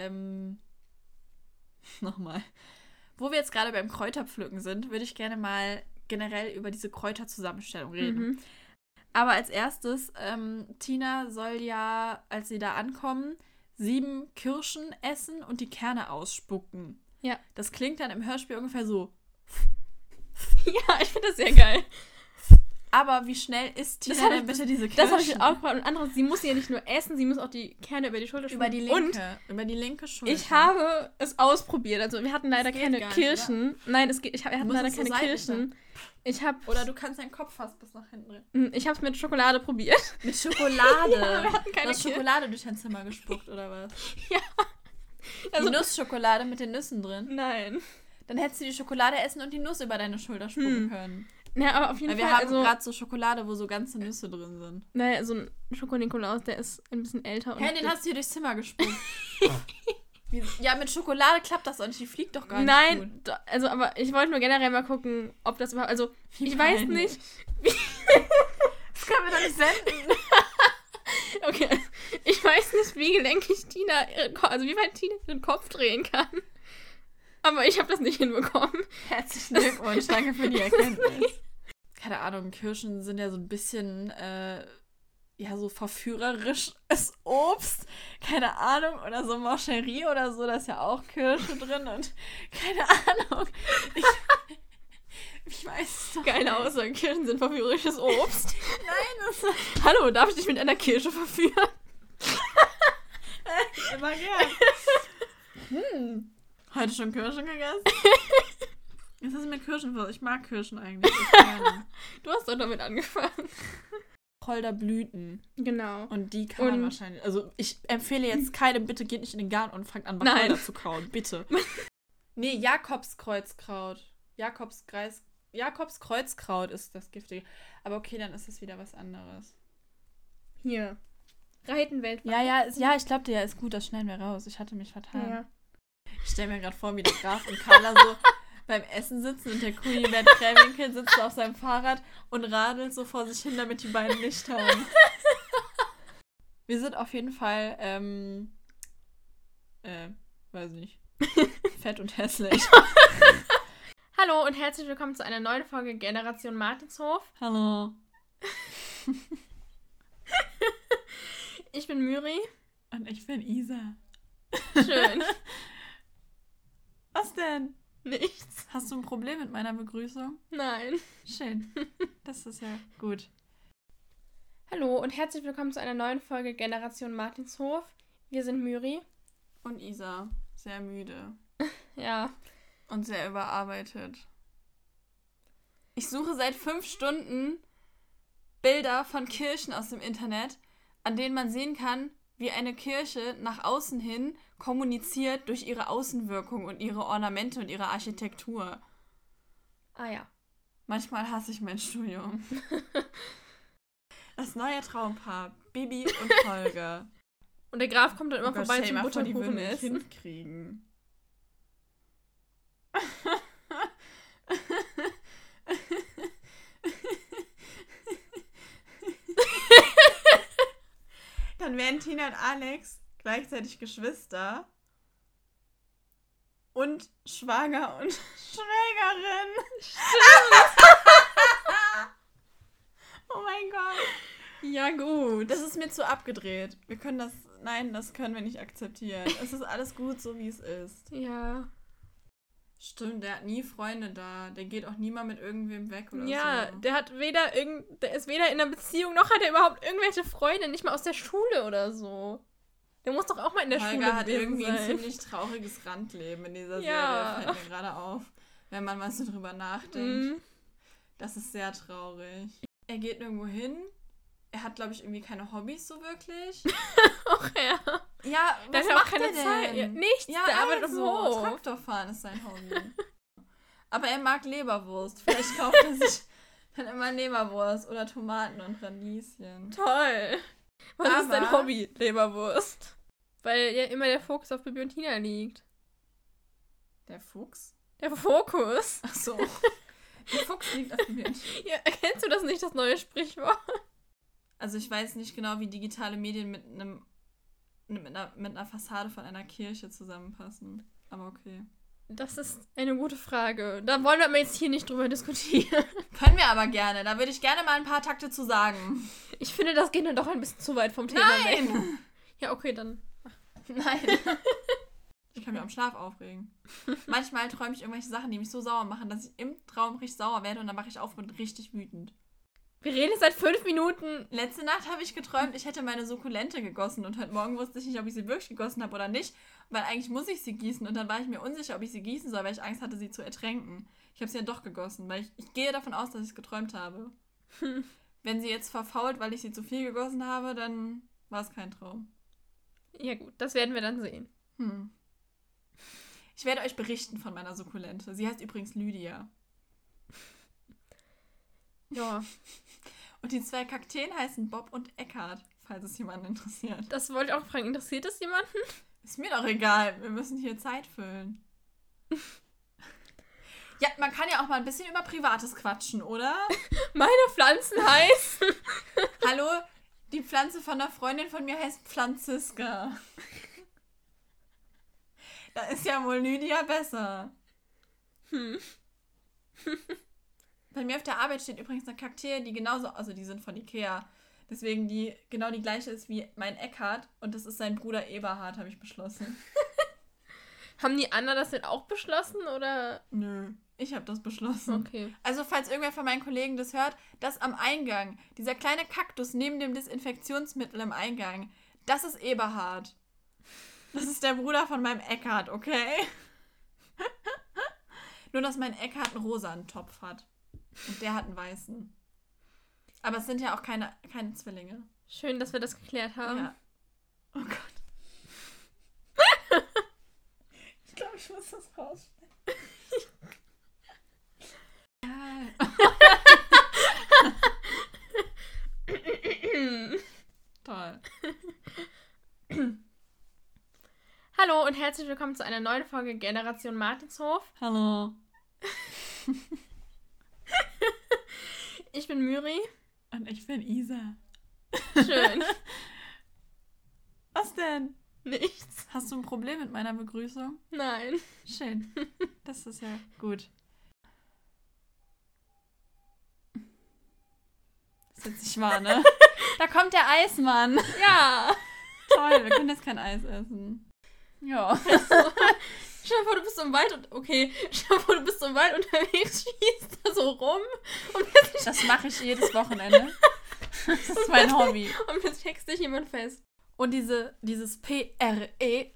nochmal. Wo wir jetzt gerade beim Kräuterpflücken sind, würde ich gerne mal generell über diese Kräuterzusammenstellung reden. Mhm. Aber als erstes, Tina soll ja, als sie da ankommen, 7 Kirschen essen und die Kerne ausspucken. Ja. Das klingt dann im Hörspiel ungefähr so. Ja, ich finde das sehr geil. Aber wie schnell isst Tina denn bitte diese Kirschen? Das habe ich auch gefragt. Und anderes, sie muss ja nicht nur essen, sie muss auch die Kerne über die Schulter spucken. Über die linke Schulter. Ich habe es ausprobiert. Also wir hatten leider keine Kirschen. Nicht, Nein, wir hatten leider keine Kirschen. Oder du kannst deinen Kopf fast bis nach hinten drehen. Ich habe es mit Schokolade probiert. Mit Schokolade? Ja, wir hatten keine du hast Schokolade durch dein Zimmer gespuckt, oder was? Ja. Also, die Nussschokolade mit den Nüssen drin? Nein. Dann hättest du die Schokolade essen und die Nuss über deine Schulter spucken können. Ja, aber auf jeden Weil Fall. Wir haben gerade so Schokolade, wo so ganze Nüsse drin sind. Naja, so ein Schoko-Nikolaus, der ist ein bisschen älter. Hä, den hast du hier durchs Zimmer gespuckt. Ja, mit Schokolade klappt das auch nicht. Die fliegt doch gar nicht. Nein, also, aber ich wollte nur generell mal gucken, ob das überhaupt. Also, ich weiß nicht. Das können wir doch nicht senden. Okay, also, ich weiß nicht, wie gelenkig Tina, also wie weit Tina den Kopf drehen kann. Aber ich habe das nicht hinbekommen. Herzlichen Glückwunsch, danke für die Erkenntnis. Keine Ahnung, Kirschen sind ja so ein bisschen, ja, so verführerisches Obst. Keine Ahnung, oder so Mancherie oder so, da ist ja auch Kirsche drin und keine Ahnung. Ich weiß es doch. Geile Aussage, Kirschen sind verführerisches Obst. Nein, das ist... Hallo, darf ich dich mit einer Kirsche verführen? Immer gern. Heute schon Kirschen gegessen? Was ist mit Kirschen für? Ich mag Kirschen eigentlich. Du hast doch damit angefangen. Wacholderblüten. Genau. Und die kann man wahrscheinlich... Also ich empfehle jetzt keinem, bitte geht nicht in den Garten und fangt an, Wacholder zu kauen. Bitte. Nee, Jakobskreuzkraut. Jakobskreuzkraut ist das Giftige. Aber okay, dann ist es wieder was anderes. Hier. Reiten weltweit. Ja, ich glaube, der ist gut, das schneiden wir raus. Ich hatte mich vertan. Ja. Ich stelle mir gerade vor, wie der Graf und Carla so beim Essen sitzen und der Kunibert Kräwinkel sitzt so auf seinem Fahrrad und radelt so vor sich hin, damit die beiden Licht haben. Wir sind auf jeden Fall, weiß nicht, fett und hässlich. Hallo und herzlich willkommen zu einer neuen Folge Generation Martinshof. Hallo. Ich bin Müri. Und ich bin Isa. Schön. Was denn? Nichts. Hast du ein Problem mit meiner Begrüßung? Nein. Schön. Das ist ja gut. Hallo und herzlich willkommen zu einer neuen Folge Generation Martinshof. Wir sind Müri. Und Isa. Sehr müde. Ja. Und sehr überarbeitet. Ich suche seit 5 Stunden Bilder von Kirchen aus dem Internet, an denen man sehen kann, wie eine Kirche nach außen hin kommuniziert durch ihre Außenwirkung und ihre Ornamente und ihre Architektur. Ah ja. Manchmal hasse ich mein Studium. Das neue Traumpaar, Bibi und Holger. Und der Graf kommt dann immer Oh Gott, vorbei stell dir zum mal vor, die würden Butterkuchen ein essen. Kind kriegen. Dann wären Tina und Alex gleichzeitig Geschwister und Schwager und Schwägerin. Oh mein Gott. Ja, gut. Das ist mir zu abgedreht. Wir können das... Nein, das können wir nicht akzeptieren. Es ist alles gut, so wie es ist. Ja. Stimmt, der hat nie Freunde da. Der geht auch nie mal mit irgendwem weg oder Ja, so. der ist weder in einer Beziehung, noch hat er überhaupt irgendwelche Freunde, nicht mal aus der Schule oder so. Der muss doch auch mal in der Schule Holger hat gewesen irgendwie sein. ein ziemlich trauriges Randleben in dieser Ja. Serie, fällt mir gerade auf. Wenn man mal so drüber nachdenkt. Mhm. Das ist sehr traurig. Er geht nirgendwo hin. Er hat, glaube ich, irgendwie keine Hobbys so wirklich. Ach ja. Ja, Der was hat auch macht keine er denn? Zeit. Ja, nichts, Ja, der arbeitet auf dem also, Hof. Traktorfahren ist sein Hobby. Aber er mag Leberwurst. Vielleicht kauft er sich dann immer Leberwurst oder Tomaten und Radieschen. Toll. Was ist dein Aber- Hobby? Leberwurst. Weil ja immer der Fokus auf Bibi und Tina liegt. Der Fuchs? Der Fokus. Ach so. Der Fuchs liegt auf dem Bild. Ja, kennst du das nicht, das neue Sprichwort? Also ich weiß nicht genau, wie digitale Medien mit einer Fassade von einer Kirche zusammenpassen. Aber okay. Das ist eine gute Frage. Da wollen wir aber jetzt hier nicht drüber diskutieren. Können wir aber gerne. Da würde ich gerne mal ein paar Takte zu sagen. Ich finde, das geht dann doch ein bisschen zu weit vom Thema weg. Nein! Ja, okay, dann. Nein. Ich kann mich am Schlaf aufregen. Manchmal träume ich irgendwelche Sachen, die mich so sauer machen, dass ich im Traum richtig sauer werde und dann mache ich auf und bin richtig wütend. Wir reden jetzt seit 5 Minuten. Letzte Nacht habe ich geträumt, ich hätte meine Sukkulente gegossen und heute Morgen wusste ich nicht, ob ich sie wirklich gegossen habe oder nicht, weil eigentlich muss ich sie gießen und dann war ich mir unsicher, ob ich sie gießen soll, weil ich Angst hatte, sie zu ertränken. Ich habe sie ja doch gegossen, weil ich gehe davon aus, dass ich es geträumt habe. Wenn sie jetzt verfault, weil ich sie zu viel gegossen habe, dann war es kein Traum. Ja gut, das werden wir dann sehen. Ich werde euch berichten von meiner Sukkulente. Sie heißt übrigens Lydia. Ja, Und die 2 Kakteen heißen Bob und Eckhart, falls es jemanden interessiert. das wollte ich auch fragen. Interessiert das jemanden? Ist mir doch egal, wir müssen hier Zeit füllen. Ja, man kann ja auch mal ein bisschen über Privates quatschen, oder? Meine Pflanzen heißen. Hallo, die Pflanze von einer Freundin von mir heißt Pflanziska. Da ist ja wohl Lydia besser. Bei mir auf der Arbeit steht übrigens eine Kakteen, die genauso, also die sind von Ikea, deswegen die genau die gleiche ist wie mein Eckhart und das ist sein Bruder Eberhard, habe ich beschlossen. Haben die anderen das denn auch beschlossen, oder? Nö, ich habe das beschlossen. Okay. Also falls irgendwer von meinen Kollegen das hört, das am Eingang, dieser kleine Kaktus neben dem Desinfektionsmittel im Eingang, das ist Eberhard. Das ist der Bruder von meinem Eckhart, okay? Nur, dass mein Eckhart einen rosanen Topf hat. Und der hat einen weißen. Aber es sind ja auch keine Zwillinge. Schön, dass wir das geklärt haben. Ja. Oh Gott. Ich glaube, ich muss das rausschneiden. Toll. Hallo und herzlich willkommen zu einer neuen Folge Generation Martinshof. Hallo. Ich bin Müri. Und ich bin Isa. Schön. Was denn? Nichts. Hast du ein Problem mit meiner Begrüßung? Nein. Schön. Das ist ja gut. Das ist jetzt nicht wahr, ne? Da kommt der Eismann. Ja. Toll, wir können jetzt kein Eis essen. Ja. Stell dir vor, du bist im Wald unterwegs, schießt da so rum und plötzlich, Das mache ich jedes Wochenende. Das ist mein Hobby. und plötzlich hext dich jemand fest. Und dieses PRE.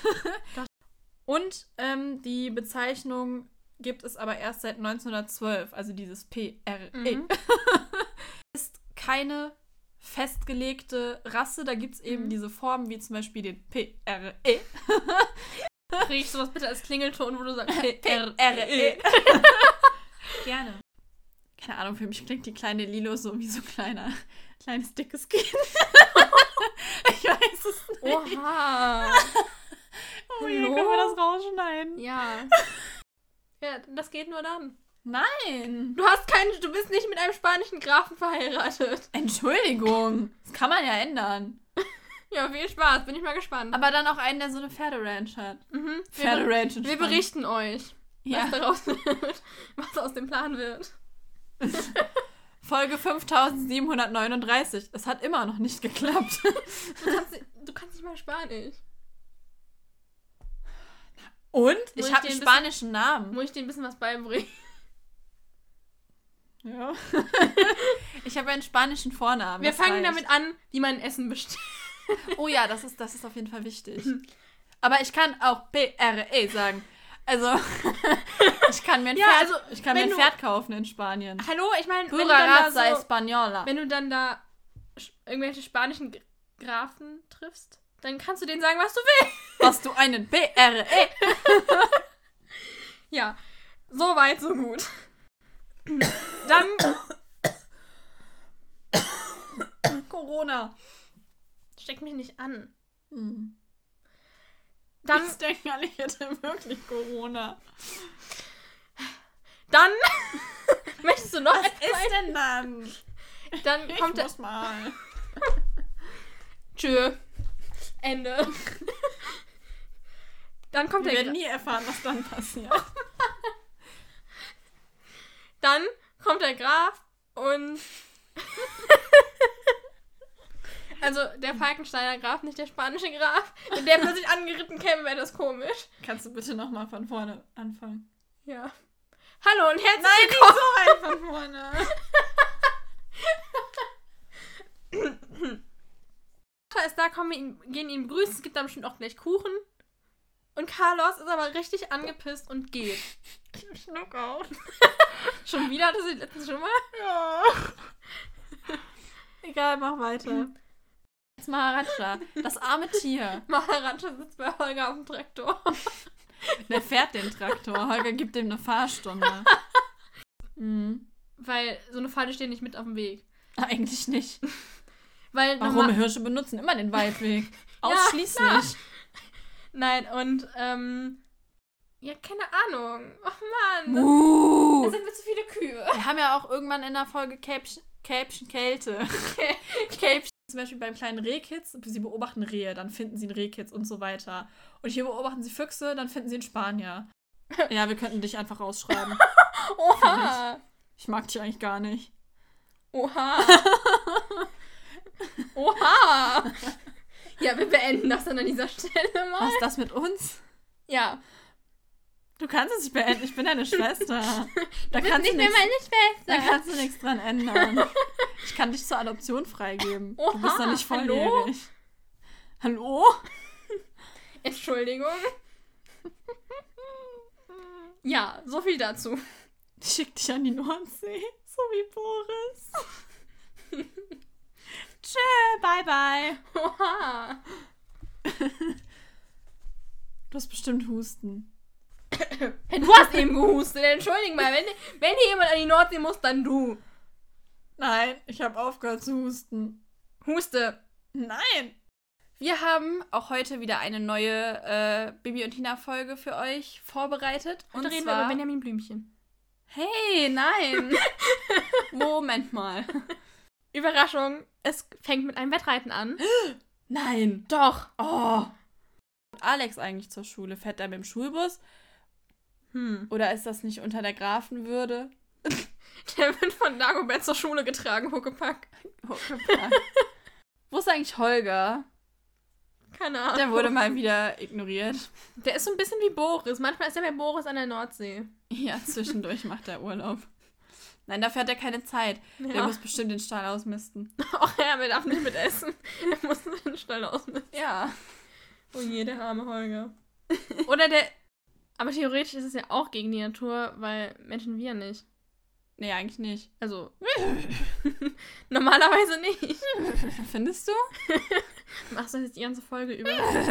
Und die Bezeichnung gibt es aber erst seit 1912, also dieses PRE. Mhm. Ist keine festgelegte Rasse, da gibt es eben diese Formen, wie zum Beispiel den PRE. Krieg ich sowas bitte als Klingelton, wo du sagst PRE. Gerne. Keine Ahnung, für mich klingt die kleine Lilo so wie so kleines dickes Kind. Ich weiß es nicht. Oha. Oh je, können wir das rausschneiden? Ja. Ja, das geht nur dann. Nein. Du bist nicht mit einem spanischen Grafen verheiratet. Entschuldigung. Das kann man ja ändern. Ja, viel Spaß, bin ich mal gespannt. Aber dann auch einen, der so eine Pferderanch hat. Mhm. Pferderanch. Wir berichten euch, Ja. was daraus wird, was aus dem Plan wird. Folge 5739. Es hat immer noch nicht geklappt. Du kannst nicht mal Spanisch. Und? Muss Ich ich habe dir einen ein spanischen Namen. Muss ich dir ein bisschen was beibringen? Ja. Ich habe einen spanischen Vornamen. Wir das fangen reicht. damit an, wie man Essen bestellt. Oh ja, das ist auf jeden Fall wichtig. Aber ich kann auch PRE sagen. Also, ich kann mir ein Pferd kaufen in Spanien. Hallo, ich meine, Pura Raza Española. wenn du dann da irgendwelche spanischen Grafen triffst, dann kannst du denen sagen, was du willst. Hast du einen PRE? Ja, so weit, so gut. Dann Corona. steck mich nicht an. Dann Dann, denken alle, ich hätte wirklich Corona. dann möchtest du noch Was etwas? ist denn dann? Dann Ich kommt der muss mal. Tschö. Ende. Dann kommt Wir der werden nie erfahren, was dann passiert. Dann kommt der Graf und also der Falkensteiner Graf, nicht der spanische Graf. Wenn der plötzlich angeritten käme, wäre das komisch. Kannst du bitte nochmal von vorne anfangen? Ja. Hallo und herzlich Nein, nicht willkommen. so weit von vorne. Vater ist da, gehen ihn begrüßen. Es gibt da bestimmt auch gleich Kuchen. Und Carlos ist aber richtig angepisst und geht. Schnuck auf. Schon wieder? Das ist letztens schon mal? Ja. Egal, mach weiter. Jetzt Maharaja, das arme Tier. Maharaja sitzt bei Holger auf dem Traktor. Der fährt den Traktor. Holger gibt ihm eine Fahrstunde. Weil so eine Pfade stehen nicht mit auf dem Weg. Eigentlich nicht. Weil Warum? Hirsche benutzen immer den Waldweg. Ausschließlich. Nein, und, ja, keine Ahnung. Oh Mann. Muh. Das sind mir zu viele Kühe. Wir haben ja auch irgendwann in der Folge Käpchen Kälte. Käpchen. Zum Beispiel beim kleinen Rehkitz, sie beobachten Rehe, dann finden sie einen Rehkitz und so weiter. Und hier beobachten sie Füchse, dann finden sie einen Spanier. Ja, wir könnten dich einfach rausschreiben. Oha. Ich mag dich eigentlich gar nicht. Oha. Oha. Ja, wir beenden das dann an dieser Stelle mal. Was ist das mit uns? Ja. Du kannst es nicht beenden, ich bin deine Schwester. Da Du bist kannst nicht du mehr nichts- meine Schwester. Da kannst du nichts dran ändern. Ich kann dich zur Adoption freigeben. Du bist doch nicht Hallo? volljährig. Hallo? Entschuldigung. Ja, so viel dazu. Ich schick dich an die Nordsee, so wie Boris. Tschö, bye bye. Oha. Du hast bestimmt Husten. Hey, du hast eben gehustet. Entschuldigung mal, wenn hier jemand an die Nordsee muss, dann du. Nein, ich habe aufgehört zu husten. Huste. Nein. Wir haben auch heute wieder eine neue Bibi und Tina Folge für euch vorbereitet. Und Und reden wir zwar... über Benjamin Blümchen. Hey, nein. Moment mal. Überraschung, es fängt mit einem Wettreiten an. Nein. Doch. Oh. Alex eigentlich zur Schule? Fährt er mit dem Schulbus? Oder ist das nicht unter der Grafenwürde? Der wird von Dagobert zur Schule getragen, Huckepack. Huckepack. Wo ist eigentlich Holger? Keine Ahnung. Der wurde mal wieder ignoriert. Der ist so ein bisschen wie Boris. Manchmal ist er bei Boris an der Nordsee. Ja, zwischendurch macht er Urlaub. Nein, dafür hat er keine Zeit. Ja. Der muss bestimmt den Stall ausmisten. Ach ja, wir darf nicht mit essen. Er muss den Stall ausmisten. Ja. Oh je, der arme Holger. Oder der... Aber theoretisch ist es ja auch gegen die Natur, weil Menschen wir nicht. Nee, eigentlich nicht. Also... normalerweise nicht. Findest du? Machst du jetzt die ganze Folge über?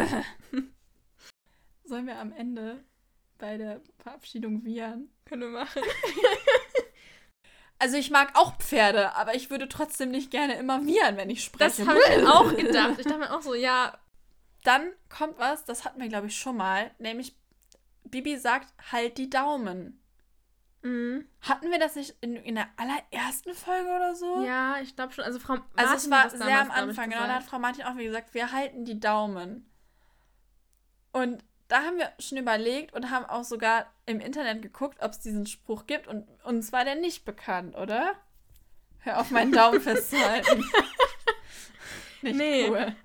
Sollen wir am Ende bei der Verabschiedung wiehern? Können wir machen. Also ich mag auch Pferde, aber ich würde trotzdem nicht gerne immer wiehern, wenn ich spreche. Das habe ich mir auch gedacht. Ich dachte mir auch so, ja... Dann kommt was, das hatten wir, glaube ich, schon mal. Nämlich, Bibi sagt, halt die Daumen. Mhm. Hatten wir das nicht in der allerersten Folge oder so? Ja, ich glaube schon. Also Frau Martin Also es war hat das sehr am damals, glaub ich, Anfang, genau. Da hat gesagt. Frau Martin auch wieder gesagt, wir halten die Daumen. Und da haben wir schon überlegt und haben auch sogar im Internet geguckt, ob es diesen Spruch gibt. Und uns war der nicht bekannt, oder? Hör auf, meinen Daumen festzuhalten. Nicht Nee. cool.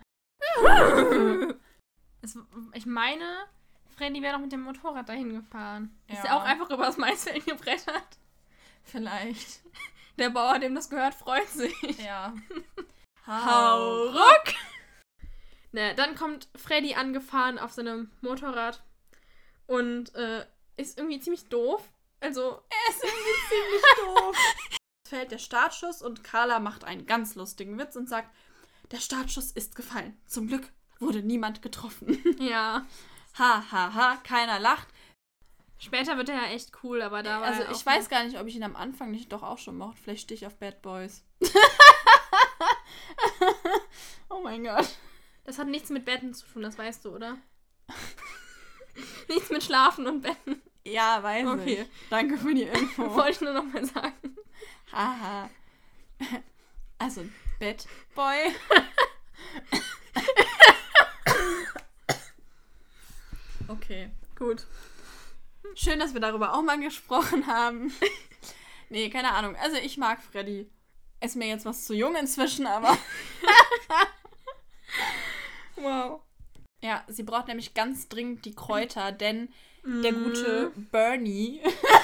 Ich meine, Freddy wäre doch mit dem Motorrad dahin gefahren. Ist Ja. ja auch einfach übers Maisfeld gebrettert. Vielleicht. Der Bauer, dem das gehört, freut sich. Ja. Hau ruck! Ne, dann kommt Freddy angefahren auf seinem Motorrad und ist irgendwie ziemlich doof. Also, Er ist irgendwie ziemlich doof. Es fällt der Startschuss und Carla macht einen ganz lustigen Witz und sagt, der Startschuss ist gefallen. Zum Glück wurde niemand getroffen. ja. Ha, ha, ha, keiner lacht. Später wird er ja echt cool, aber da war Also er ich auch weiß gar nicht, ob ich ihn am Anfang nicht doch auch schon mochte. Vielleicht stehe ich auf Bad Boys. Oh mein Gott. Das hat nichts mit Betten zu tun, das weißt du, oder? Nichts mit Schlafen und Betten. Ja, weiß Okay. ich. Danke für die Info. Wollte ich nur noch mal sagen. Haha. Also, Bad Boy. Okay. Gut. Schön, dass wir darüber auch mal gesprochen haben. Nee, keine Ahnung. Also ich mag Freddy. Ist mir jetzt was zu jung inzwischen, aber... Wow. Ja, sie braucht nämlich ganz dringend die Kräuter, denn der gute Bernie,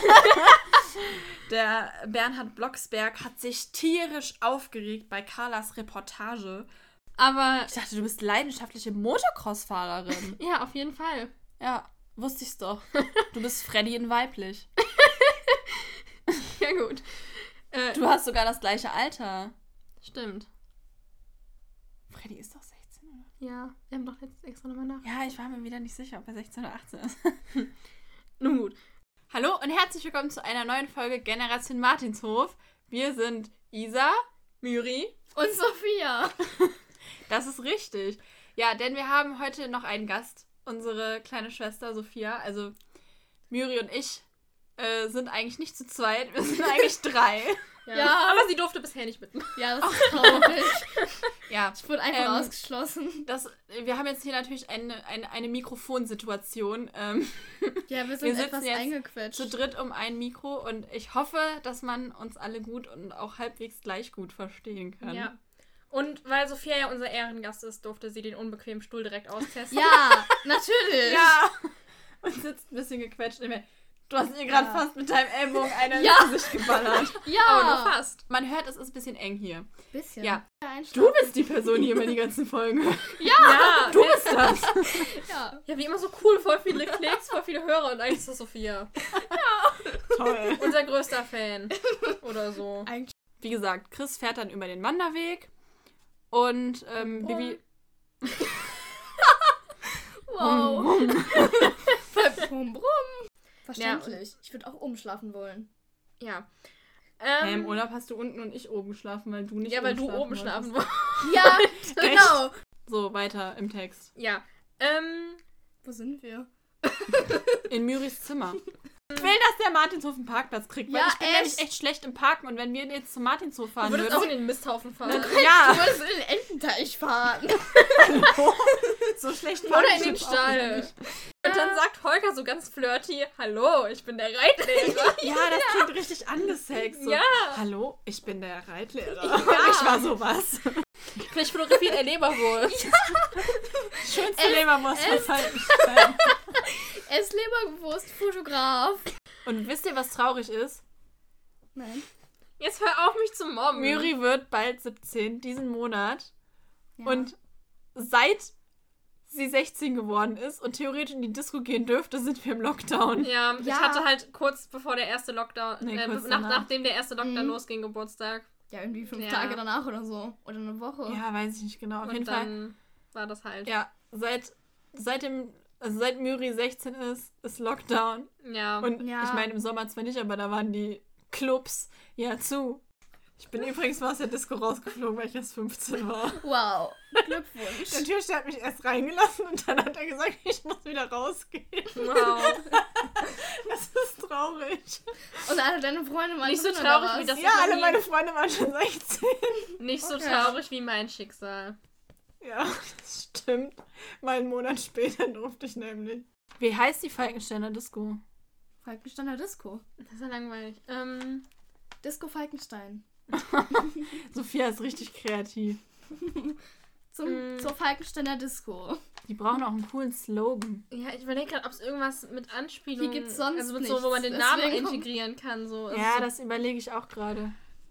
der Bernhard Blocksberg, hat sich tierisch aufgeregt bei Carlas Reportage. Aber Ich dachte, du bist leidenschaftliche Motocross-Fahrerin. ja, auf jeden Fall. Ja, wusste ich's doch. Du bist Freddy in weiblich. Ja, gut. Du hast sogar das gleiche Alter. Stimmt. Freddy ist doch 16, oder? Ja, wir haben doch letztens extra nochmal nach. Ja, ich war mir wieder nicht sicher, ob er 16 oder 18 ist. Nun gut. Hallo und herzlich willkommen zu einer neuen Folge Generation Martinshof. Wir sind Isa, Myri. Und Sophia. Das ist richtig. Ja, denn wir haben heute noch einen Gast. Unsere kleine Schwester Sophia. Also Myri und ich sind eigentlich nicht zu zweit. Wir sind eigentlich 3. Ja, aber sie durfte bisher nicht mitmachen. Ja, das ist traurig. Ja. Ich wurde einfach ausgeschlossen. Wir haben jetzt hier natürlich eine Mikrofonsituation. Ja, wir sitzen sind etwas jetzt eingequetscht. Zu dritt um ein Mikro und ich hoffe, dass man uns alle gut und auch halbwegs gleich gut verstehen kann. Ja. Und weil Sophia ja unser Ehrengast ist, durfte sie den unbequemen Stuhl direkt austesten. Ja, natürlich. Ja. Und sitzt ein bisschen gequetscht. Du hast ihr gerade fast mit deinem Ellbogen eine ins Gesicht geballert. Ja. Aber nur fast. Man hört, es ist ein bisschen eng hier. Bisschen. Ja. Einschlafen. Du bist die Person hier über die ganzen Folgen. Ja, Du bist das. Ja. Ja, wie immer so cool, voll viele Klicks, voll viele Hörer und eigentlich ist das Sophia. Toll. Unser größter Fan. Oder so. Eigentlich. Wie gesagt, Chris fährt dann über den Wanderweg und Bibi... Wow. Brumm, brumm. Verständlich. Ich würde auch umschlafen wollen. Ja. Im Urlaub hast du unten und ich oben geschlafen, weil du nicht Ja, weil du schlafen oben schlafen wolltest. wolltest. Ja, genau. So, weiter im Text. Ja. Wo sind wir? In Myris Zimmer. Ich will, dass der Martinshof einen Parkplatz kriegt, weil Ja, ich bin nämlich echt. echt schlecht im Parken und wenn wir jetzt zum Martinshof Du fahren würdest auch in würden... den Misthaufen fahren. Ja, Du wolltest in den Ententeich fahren. so schlecht Oder in den jetzt auch Stall. nicht. Und dann sagt Holger so ganz flirty, hallo, ich bin der Reitlehrer. Ja, das klingt richtig angesext. So, Ja. hallo, ich bin der Reitlehrer. Ja. Ich war sowas. Vielleicht fotografiert er Leberwurst. Schönste Leberwurst von Falkenstein. Er ist Leberwurst-Fotograf. Und wisst ihr, was traurig ist? Nein. Jetzt hör auf, mich zu mobben. Müri wird bald 17, diesen Monat. Ja. Und seit sie 16 geworden ist und theoretisch in die Disco gehen dürfte, sind wir im Lockdown. Ja, ich Ja. hatte halt kurz bevor der erste Lockdown, kurz danach. nachdem der erste Lockdown losging, Geburtstag. Ja, irgendwie 5 Ja. Tage danach oder so. Oder eine Woche. Ja, weiß ich nicht genau. Auf Und jeden Fall. dann war das halt. Ja, seit Müri 16 ist Lockdown. Ja. Und Ja. ich meine, im Sommer zwar nicht, aber da waren die Clubs ja zu. Ich bin übrigens mal aus der Disco rausgeflogen, weil ich erst 15 war. Wow. Glückwunsch. Der Türsteher hat mich erst reingelassen und dann hat er gesagt, ich muss wieder rausgehen. Wow. Das ist traurig. Und alle deine Freunde waren Nicht so drin, traurig oder wie was? das- Ja, noch alle nie- meine Freunde waren schon 16. Nicht so Okay. traurig wie mein Schicksal. Ja, das stimmt. Mal einen Monat später durfte ich nämlich. Wie heißt die Falkensteiner Disco? Falkensteiner Disco. Das ist ja langweilig. Disco Falkenstein. Sophia ist richtig kreativ. Zur Falkensteiner Disco. Die brauchen auch einen coolen Slogan. Ja, ich überlege gerade, ob es irgendwas mit Anspielung... Hier gibt's sonst also mit nichts. so, wo man den Namen Deswegen kommt- integrieren kann. So. Also Ja, so, das überlege ich auch gerade.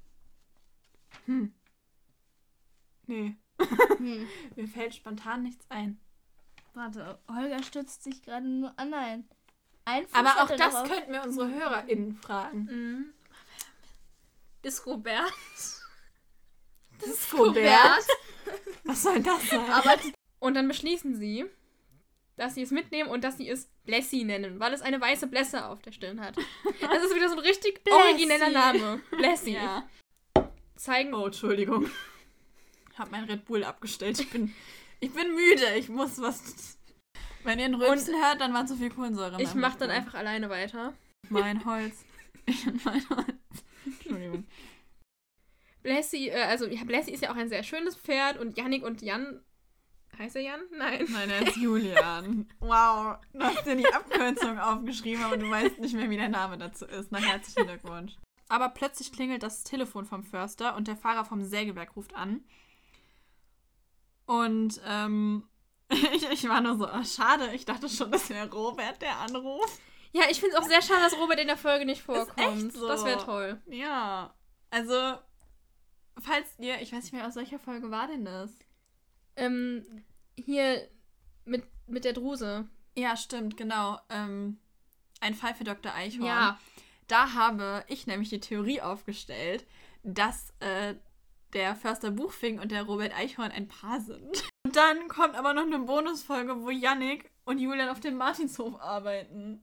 Nee, Hm. mir fällt spontan nichts ein. Warte, Holger stützt sich gerade nur an ein Fuß Aber hat auch er das darauf. könnten wir unsere HörerInnen fragen. Mhm. Disco-Bert. Disco-Bert? Was soll das sein? Aber Und dann beschließen sie, dass sie es mitnehmen und dass sie es Blessi nennen, weil es eine weiße Blässe auf der Stirn hat. Das ist wieder so ein richtig origineller Name. Blessi. Ja. Zeigen. Oh, Entschuldigung. Ich habe mein Red Bull abgestellt. Ich bin müde. Ich muss was... Wenn ihr ein Rülpsen hört, dann war zu viel Kohlensäure. in Ich meinem mach Red dann Bull. einfach alleine weiter. Mein Holz. Mein Holz. Entschuldigung. Blessi, Blessi ist ja auch ein sehr schönes Pferd und Jannik und Jan. Heißt er Jan? Nein. Nein, er ist Julian. Wow, du hast dir die Abkürzung aufgeschrieben, aber du weißt nicht mehr, wie der Name dazu ist. Na, herzlichen Glückwunsch. Aber plötzlich klingelt das Telefon vom Förster und der Fahrer vom Sägewerk ruft an. Und ich war nur so, oh, schade, ich dachte schon, das wäre Robert, der anruft. Ja, ich finde es auch sehr schade, dass Robert in der Folge nicht vorkommt. echt so. Das wäre toll. Ja, also, falls ihr, ich weiß nicht mehr, aus welcher Folge war denn das? Hier mit der Druse. Ja, stimmt, genau. Ein Fall für Dr. Eichhorn. Ja. Da habe ich nämlich die Theorie aufgestellt, dass der Förster Buchfink und der Robert Eichhorn ein Paar sind. Und dann kommt aber noch eine Bonusfolge, wo Jannik und Julian auf dem Martinshof arbeiten.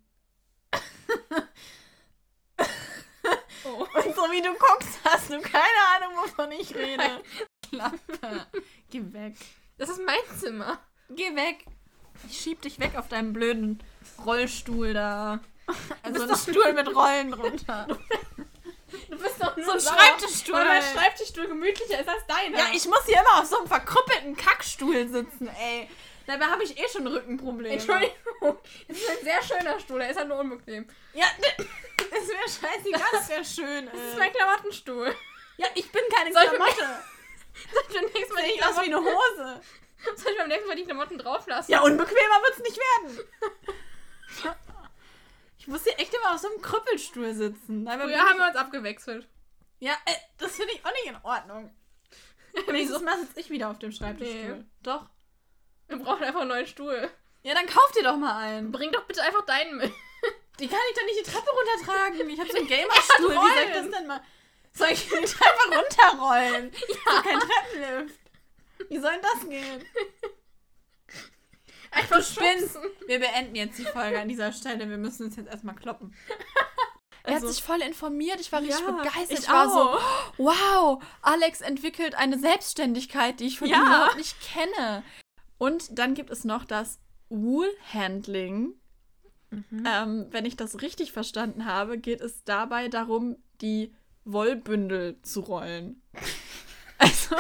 Oh. Und so wie du guckst, hast du keine Ahnung, wovon ich rede. Klappe. Geh weg. Das ist mein Zimmer. Geh weg. Ich schieb dich weg auf deinem blöden Rollstuhl da. Also ein Stuhl mit Rollen drunter. Du bist doch nur So ein sauer, Schreibtischstuhl. weil mein Schreibtischstuhl gemütlicher ist als deiner. Ja, ich muss hier immer auf so einem verkrüppelten Kackstuhl sitzen, ey. Dabei habe ich eh schon Rückenprobleme. Entschuldigung. Das ist ein sehr schöner Stuhl, der ist halt nur unbequem. Ja, ist mir scheißegal, dass der schön ist. Das ist mein Klamottenstuhl. Ja, ich bin keine Soll ich Klamotte. Soll ich beim nächsten Mal die Ich aus wie Klamotten, eine Hose. soll ich beim nächsten Mal die Klamotten drauf lassen? Ja, unbequemer wird's nicht werden. Ich muss hier echt immer auf so einem Krüppelstuhl sitzen. Dabei bin Früher haben wir uns abgewechselt. Ja, das finde ich auch nicht in Ordnung. Nächstes Mal sitze ich wieder auf dem Schreibtischstuhl. Nee. Doch. Wir brauchen einfach einen neuen Stuhl. Ja, dann kauf dir doch mal einen. Bring doch bitte einfach deinen mit. Die kann ich doch nicht die Treppe runtertragen. Ich habe so einen Gamerstuhl. Wie soll ich das denn mal... Soll ich die Treppe runterrollen? Ja. So kein Treppenlift. Wie soll denn das gehen? Einfach Du spinnst. schubsen. Wir beenden jetzt die Folge an dieser Stelle. Wir müssen uns jetzt erstmal kloppen. Er hat Also- sich voll informiert. Ich war richtig Ja, begeistert. ich war auch. so, wow, Alex entwickelt eine Selbstständigkeit, die ich von Ja. ihm überhaupt nicht kenne. Und dann gibt es noch das Wool-Handling. Wenn ich das richtig verstanden habe, geht es dabei darum, die Wollbündel zu rollen. Also,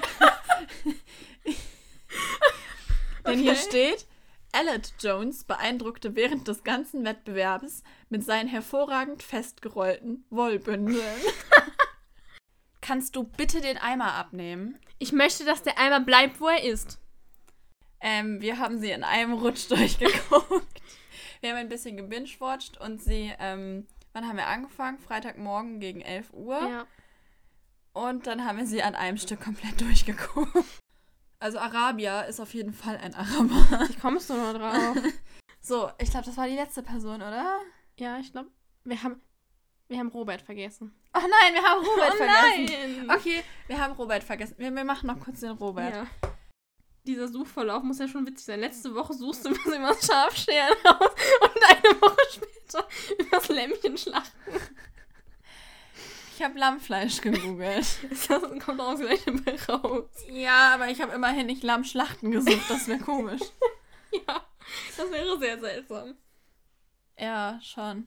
denn hier steht, Elliot Jones beeindruckte während des ganzen Wettbewerbs mit seinen hervorragend festgerollten Wollbündeln. kannst du bitte den Eimer abnehmen? Ich möchte, dass der Eimer bleibt, wo er ist. Wir haben sie in einem Rutsch durchgeguckt. Wir haben ein bisschen gebingewatcht und sie, wann haben wir angefangen? Freitagmorgen gegen 11 Uhr. Ja. Und dann haben wir sie an einem Stück komplett durchgeguckt. Also Arabia ist auf jeden Fall ein Araber. Wie kommst du nur drauf? So, ich glaube, das war die letzte Person, oder? Ja, ich glaube, wir haben Robert vergessen. Oh nein, wir haben Robert vergessen. Nein! Okay, wir haben Robert vergessen. Wir machen noch kurz den Robert. Ja. Dieser Suchverlauf muss ja schon witzig sein. Letzte Woche suchst du was über das Schafscheren aus und eine Woche später über das Lämmchen schlachten. Ich habe Lammfleisch gegoogelt. Das kommt auch gleich dabei raus. Ja, aber ich habe immerhin nicht Lammschlachten gesucht. Das wäre komisch. Ja, das wäre sehr seltsam. Ja, schon.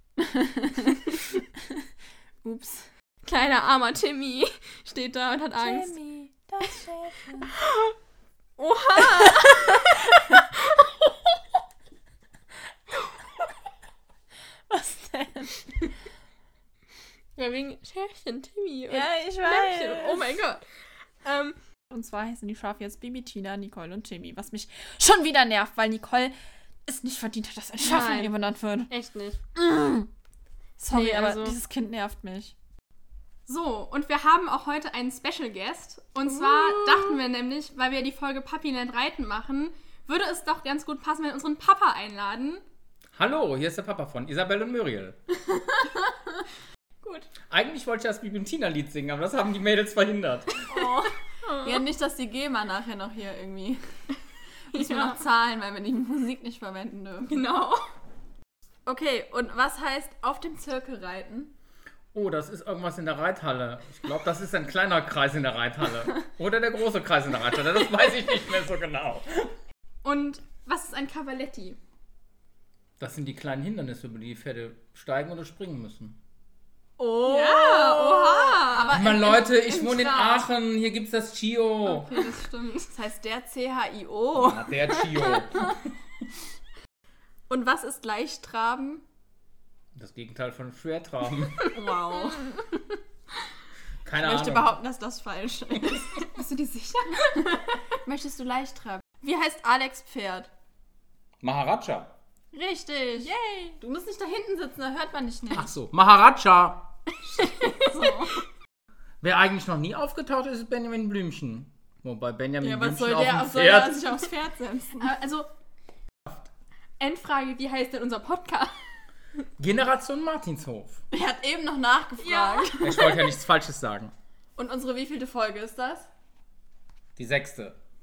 Ups. Kleiner armer Timmy steht da und hat Angst. Timmy, das Schäfchen. Oha! Was denn? Ja, wegen Schäfchen, Timmy. Und Ja, ich Lämmchen. weiß. Oh mein Gott. Und zwar heißen die Schafe jetzt Bibi, Tina, Nicole und Timmy. Was mich schon wieder nervt, weil Nicole es nicht verdient hat, dass ein Schaf Nein. von ihr benannt wird. Echt nicht. Sorry, Nee, aber also- dieses Kind nervt mich. So, und wir haben auch heute einen Special Guest. Und zwar dachten wir nämlich, weil wir die Folge Papiland Reiten machen, würde es doch ganz gut passen, wenn wir unseren Papa einladen. Hallo, hier ist der Papa von Isabel und Muriel. Gut. Eigentlich wollte ich das Bibi und Tina-Lied singen, aber das haben die Mädels verhindert. Ja, nicht, dass die GEMA nachher noch hier irgendwie müssen wir Ja. noch zahlen, weil wir die Musik nicht verwenden dürfen. Genau. Okay, und was heißt auf dem Zirkel reiten? Oh, das ist irgendwas in der Reithalle. Ich glaube, das ist ein kleiner Kreis in der Reithalle. Oder der große Kreis in der Reithalle. Das weiß ich nicht mehr so genau. Und was ist ein Cavaletti? Das sind die kleinen Hindernisse, über die Pferde steigen oder springen müssen. Oh! Ja, oha. Aber Mann, Leute, ich wohne in Graz. Aachen. Hier gibt's das Chio. Okay, das stimmt. Das heißt der CHIO. Ja, der Chio. Und was ist Leichttraben? Das Gegenteil von Schwertraben. Wow. Keine Ich möchte Ahnung. behaupten, dass das falsch ist. Bist du dir sicher? Möchtest du Leichttraben? Wie heißt Alex Pferd? Maharaja. Richtig. Yay! Du musst nicht da hinten sitzen, da hört man dich nicht. Ach so, Maharaja. So. Wer eigentlich noch nie aufgetaucht ist, ist Benjamin Blümchen. Wobei Benjamin Ja, was Blümchen soll der, auf dem soll der Pferd... sich aufs Pferd setzen? Also, Endfrage, wie heißt denn unser Podcast? Generation Martinshof. Er hat eben noch nachgefragt. Ja. Ich wollte ja nichts Falsches sagen. Und unsere wievielte Folge ist das? Die 6.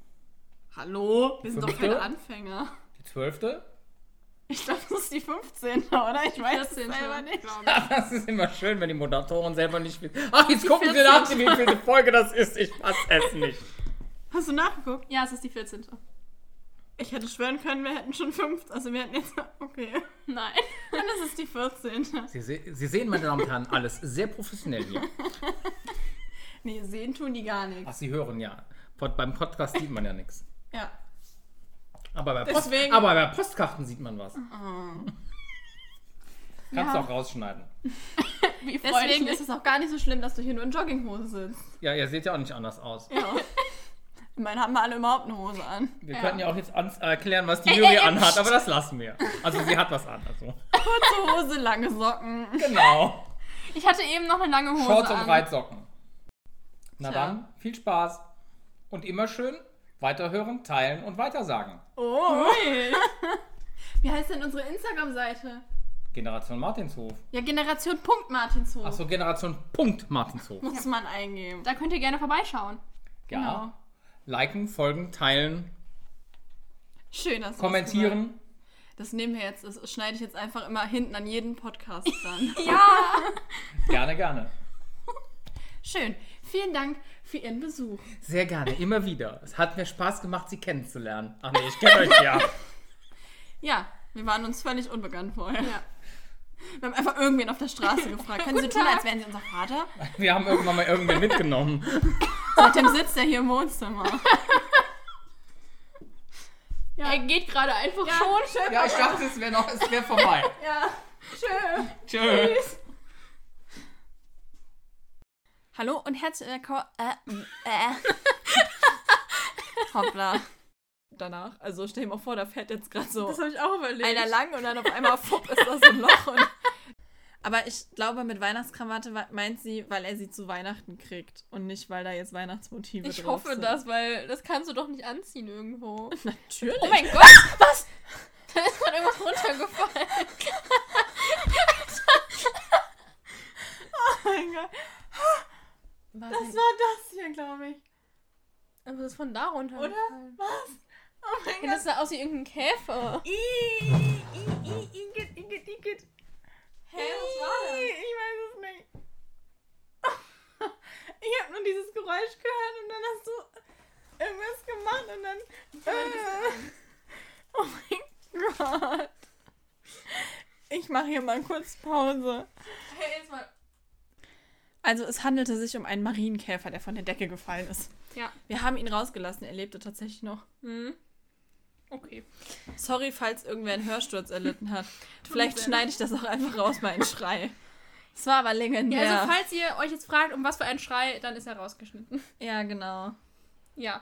Hallo? Wir sind doch 5.? keine Anfänger. Die 12. Ich glaube, das ist die 15. oder? Ich weiß es 14. selber nicht. glaube ich. Ach, das ist immer schön, wenn die Moderatoren selber nicht wissen. Ach, jetzt Die gucken sie 14. nach, wie viele Folge das ist. Ich fass es nicht. Hast du nachgeguckt? Ja, es ist die 14. Ich hätte schwören können, wir hätten schon 5. Also wir hätten jetzt... Okay. Nein. Dann ist es die 14. Sie sehen, meine Damen und Herren, alles sehr professionell hier. Nee, sehen tun die gar nichts. Ach, Sie hören ja. Beim Podcast sieht man ja nichts. Ja. Aber bei Deswegen- Postkarten sieht man was. Kannst du Ja. auch rausschneiden. Wie Deswegen freundlich. ist es auch gar nicht so schlimm, dass du hier nur in Jogginghose sitzt. Ja, ihr seht ja auch nicht anders aus. Ja. Ich meine, haben wir alle überhaupt eine Hose an? Wir Ja. könnten ja auch jetzt erklären, was die Jury anhat, aber das lassen wir. Also sie hat was an. Also. Kurze Hose, lange Socken. Genau. Ich hatte eben noch eine lange Hose Shorts und an. Reitsocken. Na Tja. dann, viel Spaß. Und immer schön weiterhören, teilen und weitersagen. Oh. Wie heißt denn unsere Instagram-Seite? Generation Martinshof. Ja, Generation.Martinshof. Achso, Generation Punkt Martinshof. Muss man eingeben. Da könnt ihr gerne vorbeischauen. Ja. Genau. Liken, folgen, teilen, Schön, dass du kommentieren. Das nehmen wir jetzt, das schneide ich jetzt einfach immer hinten an jeden Podcast dann. Ja. Gerne, gerne. Schön. Vielen Dank für Ihren Besuch. Sehr gerne, immer wieder. Es hat mir Spaß gemacht, Sie kennenzulernen. Ach nee, ich kenne euch ja. Ja, wir waren uns völlig unbekannt vorher. Ja. Wir haben einfach irgendwen auf der Straße gefragt. Können Sie tun, als wären Sie unser Vater? Wir haben irgendwann mal irgendwen mitgenommen. Seitdem sitzt er hier im Wohnzimmer. Ja. Er geht gerade einfach schon. Schön. Ja, ich dachte, es wäre vorbei. Ja, schön. Tschüss. Hallo und herzlich willkommen. Hoppla. Danach. Also stell dir mal vor, da fährt jetzt gerade so Das habe ich auch überlegt. einer lang und dann auf einmal fupp ist da so ein Loch. Aber ich glaube, mit Weihnachtskrawatte meint sie, weil er sie zu Weihnachten kriegt und nicht, weil da jetzt Weihnachtsmotive Ich drauf hoffe sind. das, weil das kannst du doch nicht anziehen irgendwo. Natürlich. Oh mein Gott! Was? Da ist gerade irgendwas runtergefallen. Oh mein Gott. Das war das hier, glaube ich. Aber das ist von da runtergefallen. Was? Oh mein Ja, das sah aus wie irgendein Käfer. Igitt. Hä, was war das? Ich weiß es nicht. Ich habe nur dieses Geräusch gehört und dann hast du irgendwas gemacht und dann... Oh mein Gott. Ich mache hier mal kurz Pause. Hey, jetzt mal. Also es handelte sich um einen Marienkäfer, der von der Decke gefallen ist. Ja. Wir haben ihn rausgelassen, er lebte tatsächlich noch. Hm. Okay. Sorry, falls irgendwer einen Hörsturz erlitten hat. Vielleicht sehr. schneide ich das auch einfach raus, meinen Schrei. Es war aber legendär. Ja, also falls ihr euch jetzt fragt, um was für einen Schrei, dann ist er rausgeschnitten. Ja, genau. Ja.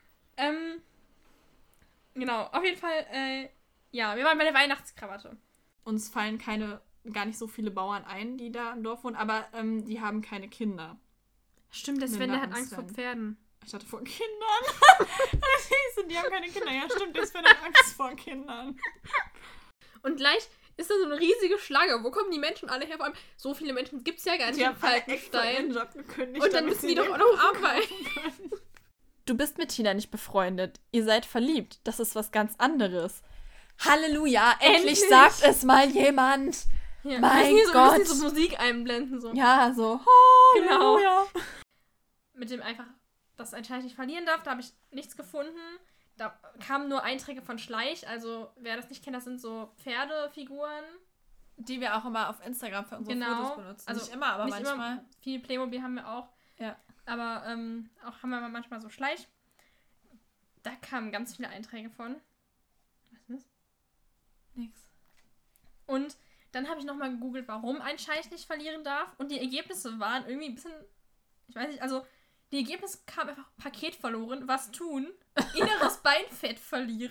Genau, auf jeden Fall, ja, wir waren bei der Weihnachtskrawatte. Uns fallen gar nicht so viele Bauern ein, die da im Dorf wohnen, aber die haben keine Kinder. Stimmt, der Nimm Sven, da der hat Angst Angst vor dann. Pferden. Ich hatte vor Kindern. Siehst du, die haben keine Kinder. Ja, stimmt, das wäre dann Angst vor Kindern. Und gleich ist da so eine riesige Schlange. Wo kommen die Menschen alle her? Vor allem, so viele Menschen gibt es ja gar nicht in Falkenstein. Job gekündigt. Und dann müssen die doch auch noch arbeiten. Du bist mit Tina nicht befreundet. Ihr seid verliebt. Das ist was ganz anderes. Halleluja, endlich sagt es mal jemand. Ja. Mein wir Gott. müssen so Musik einblenden. So. Ja, so. Genau. Halleluja. Mit dem einfach, dass ein Scheich nicht verlieren darf, da habe ich nichts gefunden. Da kamen nur Einträge von Schleich. Also, wer das nicht kennt, das sind so Pferdefiguren. Die wir auch immer auf Instagram für unsere Genau. Fotos benutzen. Also, nicht immer, aber nicht manchmal. Immer, viel Playmobil haben wir auch. Ja. Aber auch haben wir manchmal so Schleich. Da kamen ganz viele Einträge von. Was ist das? Nix. Und dann habe ich nochmal gegoogelt, warum ein Scheich nicht verlieren darf. Und die Ergebnisse waren irgendwie ein bisschen, ich weiß nicht, also die Ergebnisse kamen einfach Paket verloren, was tun, inneres Beinfett verlieren,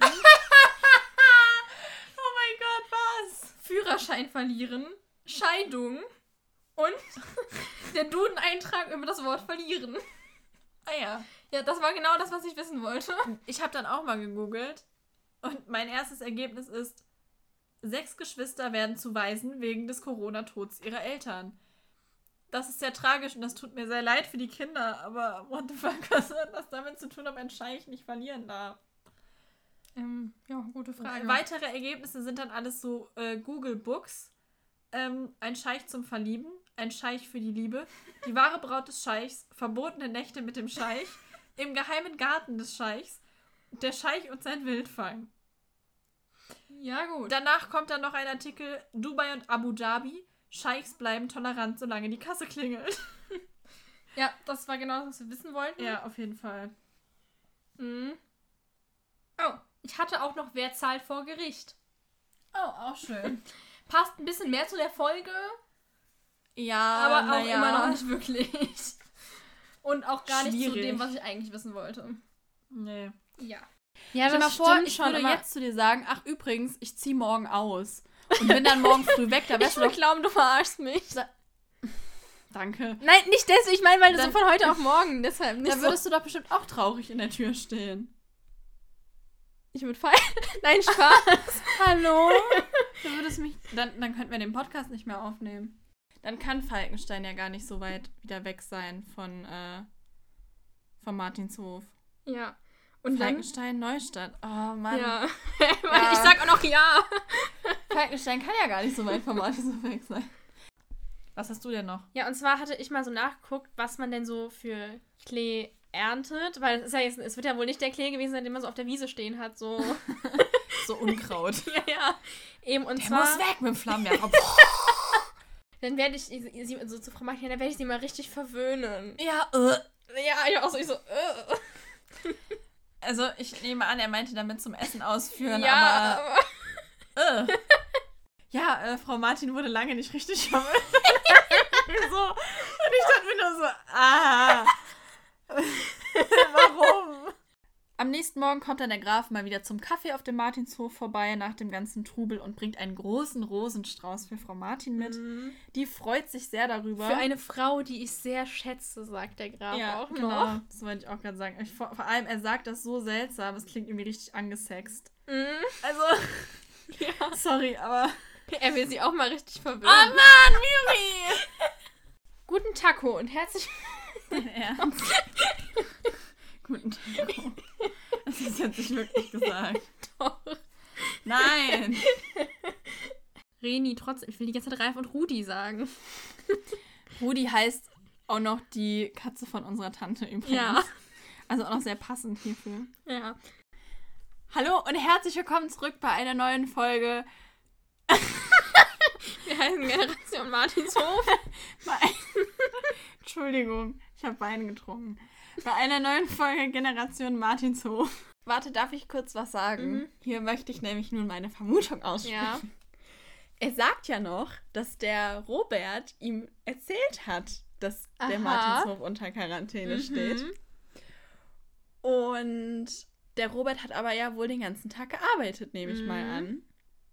Oh mein Gott, was? Führerschein verlieren, Scheidung und der Duden-Eintrag über das Wort verlieren. Ah ja. Ja, das war genau das, was ich wissen wollte. Ich habe dann auch mal gegoogelt und mein erstes Ergebnis ist, 6 Geschwister werden zu Waisen wegen des Corona-Tods ihrer Eltern. Das ist sehr tragisch und das tut mir sehr leid für die Kinder, aber what the fuck, was hat das damit zu tun, ob ein Scheich nicht verlieren darf? Ja, gute Frage. Weitere Ergebnisse sind dann alles so Google Books, ein Scheich zum Verlieben, ein Scheich für die Liebe, die wahre Braut des Scheichs, verbotene Nächte mit dem Scheich, im geheimen Garten des Scheichs, der Scheich und sein Wildfang. Ja, gut. Danach kommt dann noch ein Artikel, Dubai und Abu Dhabi, Scheichs bleiben tolerant, solange die Kasse klingelt. Ja, das war genau das, was wir wissen wollten. Ja, auf jeden Fall. Mhm. Oh, ich hatte auch noch Wer zahlt vor Gericht. Oh, auch schön. Passt ein bisschen mehr zu der Folge, Ja, aber auch immer noch nicht wirklich. Und auch gar nicht zu Schwierig. dem, was ich eigentlich wissen wollte. Nee. Ja. Ja, stell dir mal vor, ich würde jetzt zu dir sagen, ach übrigens, ich ziehe morgen aus. Und bin dann morgen früh weg, da Ich wärst du würde doch... glauben, du verarschst mich. Danke. Nein, nicht deswegen. Ich meine, weil du Dann- so von heute auf morgen. Deshalb nicht Dann würdest du doch bestimmt auch traurig in der Tür stehen. Ich würde feiern. Nein, Spaß. Hallo? Du würdest mich... Dann könnten wir den Podcast nicht mehr aufnehmen. Dann kann Falkenstein ja gar nicht so weit wieder weg sein von Martinshof. Ja. Und dann... Falkenstein, Neustadt. Oh Mann. Ja. Ja. Ich sag auch noch ja. Falkenstein kann ja gar nicht so weit von Martinshof weg sein. Was hast du denn noch? Ja, und zwar hatte ich mal so nachgeguckt, was man denn so für Klee erntet, weil es ist ja jetzt, es wird ja wohl nicht der Klee gewesen sein, den man so auf der Wiese stehen hat, so. So Unkraut. Ja. Eben, und Der zwar... muss weg mit dem Flammenwerfer. Dann werde ich sie so zu Frau Martina, dann werde ich sie mal richtig verwöhnen. Ja, Ja, ich auch so, Also, ich nehme an, er meinte damit zum Essen ausführen, ja, aber... Ja, Frau Martin wurde lange nicht richtig verwöhnt. So. Und ich dachte mir nur so, warum? Am nächsten Morgen kommt dann der Graf mal wieder zum Kaffee auf dem Martinshof vorbei nach dem ganzen Trubel und bringt einen großen Rosenstrauß für Frau Martin mit. Die freut sich sehr darüber. Für eine Frau, die ich sehr schätze, sagt der Graf auch noch. Genau. Das wollte ich auch gerade sagen. Vor allem, er sagt das so seltsam, es klingt irgendwie richtig angesext. Also, Ja. sorry, aber... Er will sie auch mal richtig verwirren. Oh Mann, Miri! Guten Taco und herzlich... Ernst? Guten Tag. Das ist jetzt nicht wirklich gesagt. Doch. Nein! Reni, trotzdem, ich will die ganze Zeit Ralf und Rudi sagen. Rudi heißt auch noch die Katze von unserer Tante übrigens. Ja. Also auch noch sehr passend hierfür. Ja. Hallo und herzlich willkommen zurück bei einer neuen Folge. Wir heißen Generation Martinshof. Entschuldigung, ich habe Wein getrunken. Bei einer neuen Folge Generation Martinshof. Warte, darf ich kurz was sagen? Hier möchte ich nämlich nun meine Vermutung aussprechen. Ja. Er sagt ja noch, dass der Robert ihm erzählt hat, dass der Aha. Martinshof unter Quarantäne steht. Und der Robert hat aber ja wohl den ganzen Tag gearbeitet, nehme ich mal an.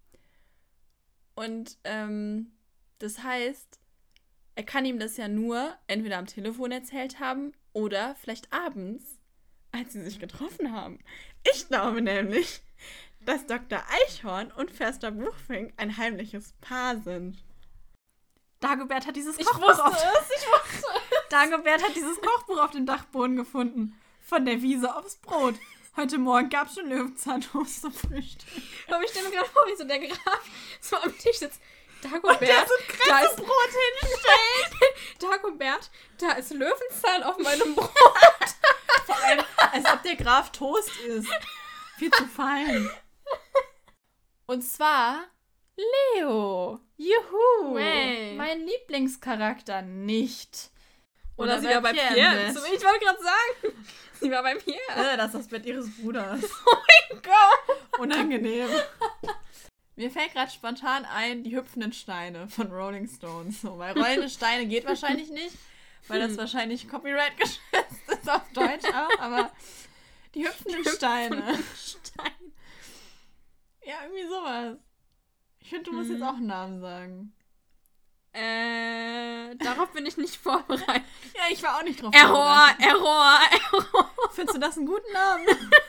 Und das heißt, er kann ihm das ja nur entweder am Telefon erzählt haben oder vielleicht abends, als sie sich getroffen haben. Ich glaube nämlich, dass Dr. Eichhorn und Förster Buchfink ein heimliches Paar sind. Dagobert hat dieses Kochbuch Dagobert hat dieses Kochbuch auf dem Dachboden gefunden. Von der Wiese aufs Brot. Heute Morgen gab es schon Löwenzahntoast zum Frühstück. Aber ich stelle mir gerade vor, wie so der Graf so am Tisch sitzt. Dagobert, Und der so ein Kretzebrot hinstellt. Dagobert, da ist Löwenzahn auf meinem Brot. Vor allem, als ob der Graf Toast ist. Viel zu fein. Und zwar Leo. Juhu. Hey. Mein Lieblingscharakter nicht. Oder sie war bei Pierre. im So, Bett. ich wollte gerade sagen. Sie war bei Pierre. Das ist das Bett ihres Bruders. Oh mein Gott. Unangenehm. Mir fällt gerade spontan ein, die hüpfenden Steine von Rolling Stones. So, weil rollende Steine geht wahrscheinlich nicht, weil das wahrscheinlich Copyright geschützt ist auf Deutsch auch, aber die hüpfenden Steine. Ja, irgendwie sowas. Ich finde, du musst jetzt auch einen Namen sagen. Darauf bin ich nicht vorbereitet. Ja, ich war auch nicht drauf Error. Findest du das einen guten Namen?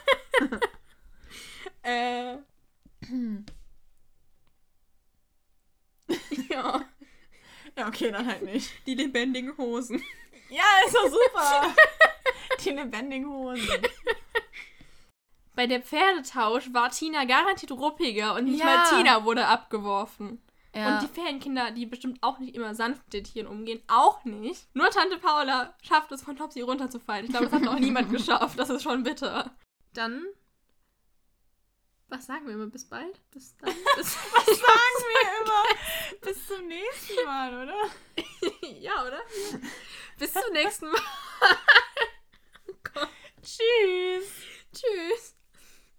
Ja. Ja, okay, dann halt nicht. Die lebendigen Hosen. Ja, ist doch super. Die lebendigen Hosen. Bei der Pferdetausch war Tina garantiert ruppiger und nicht Ja. mal Tina wurde abgeworfen. Ja. Und die Ferienkinder, die bestimmt auch nicht immer sanft mit den Tieren umgehen, auch nicht. Nur Tante Paula schafft es, von Topsy runterzufallen. Ich glaube, das hat noch niemand geschafft. Das ist schon bitter. Dann, was sagen wir immer? Bis bald? Bis dann? Was sagen wir immer? Bis zum nächsten Mal, oder? Ja, oder? Bis zum nächsten Mal. Tschüss. Tschüss.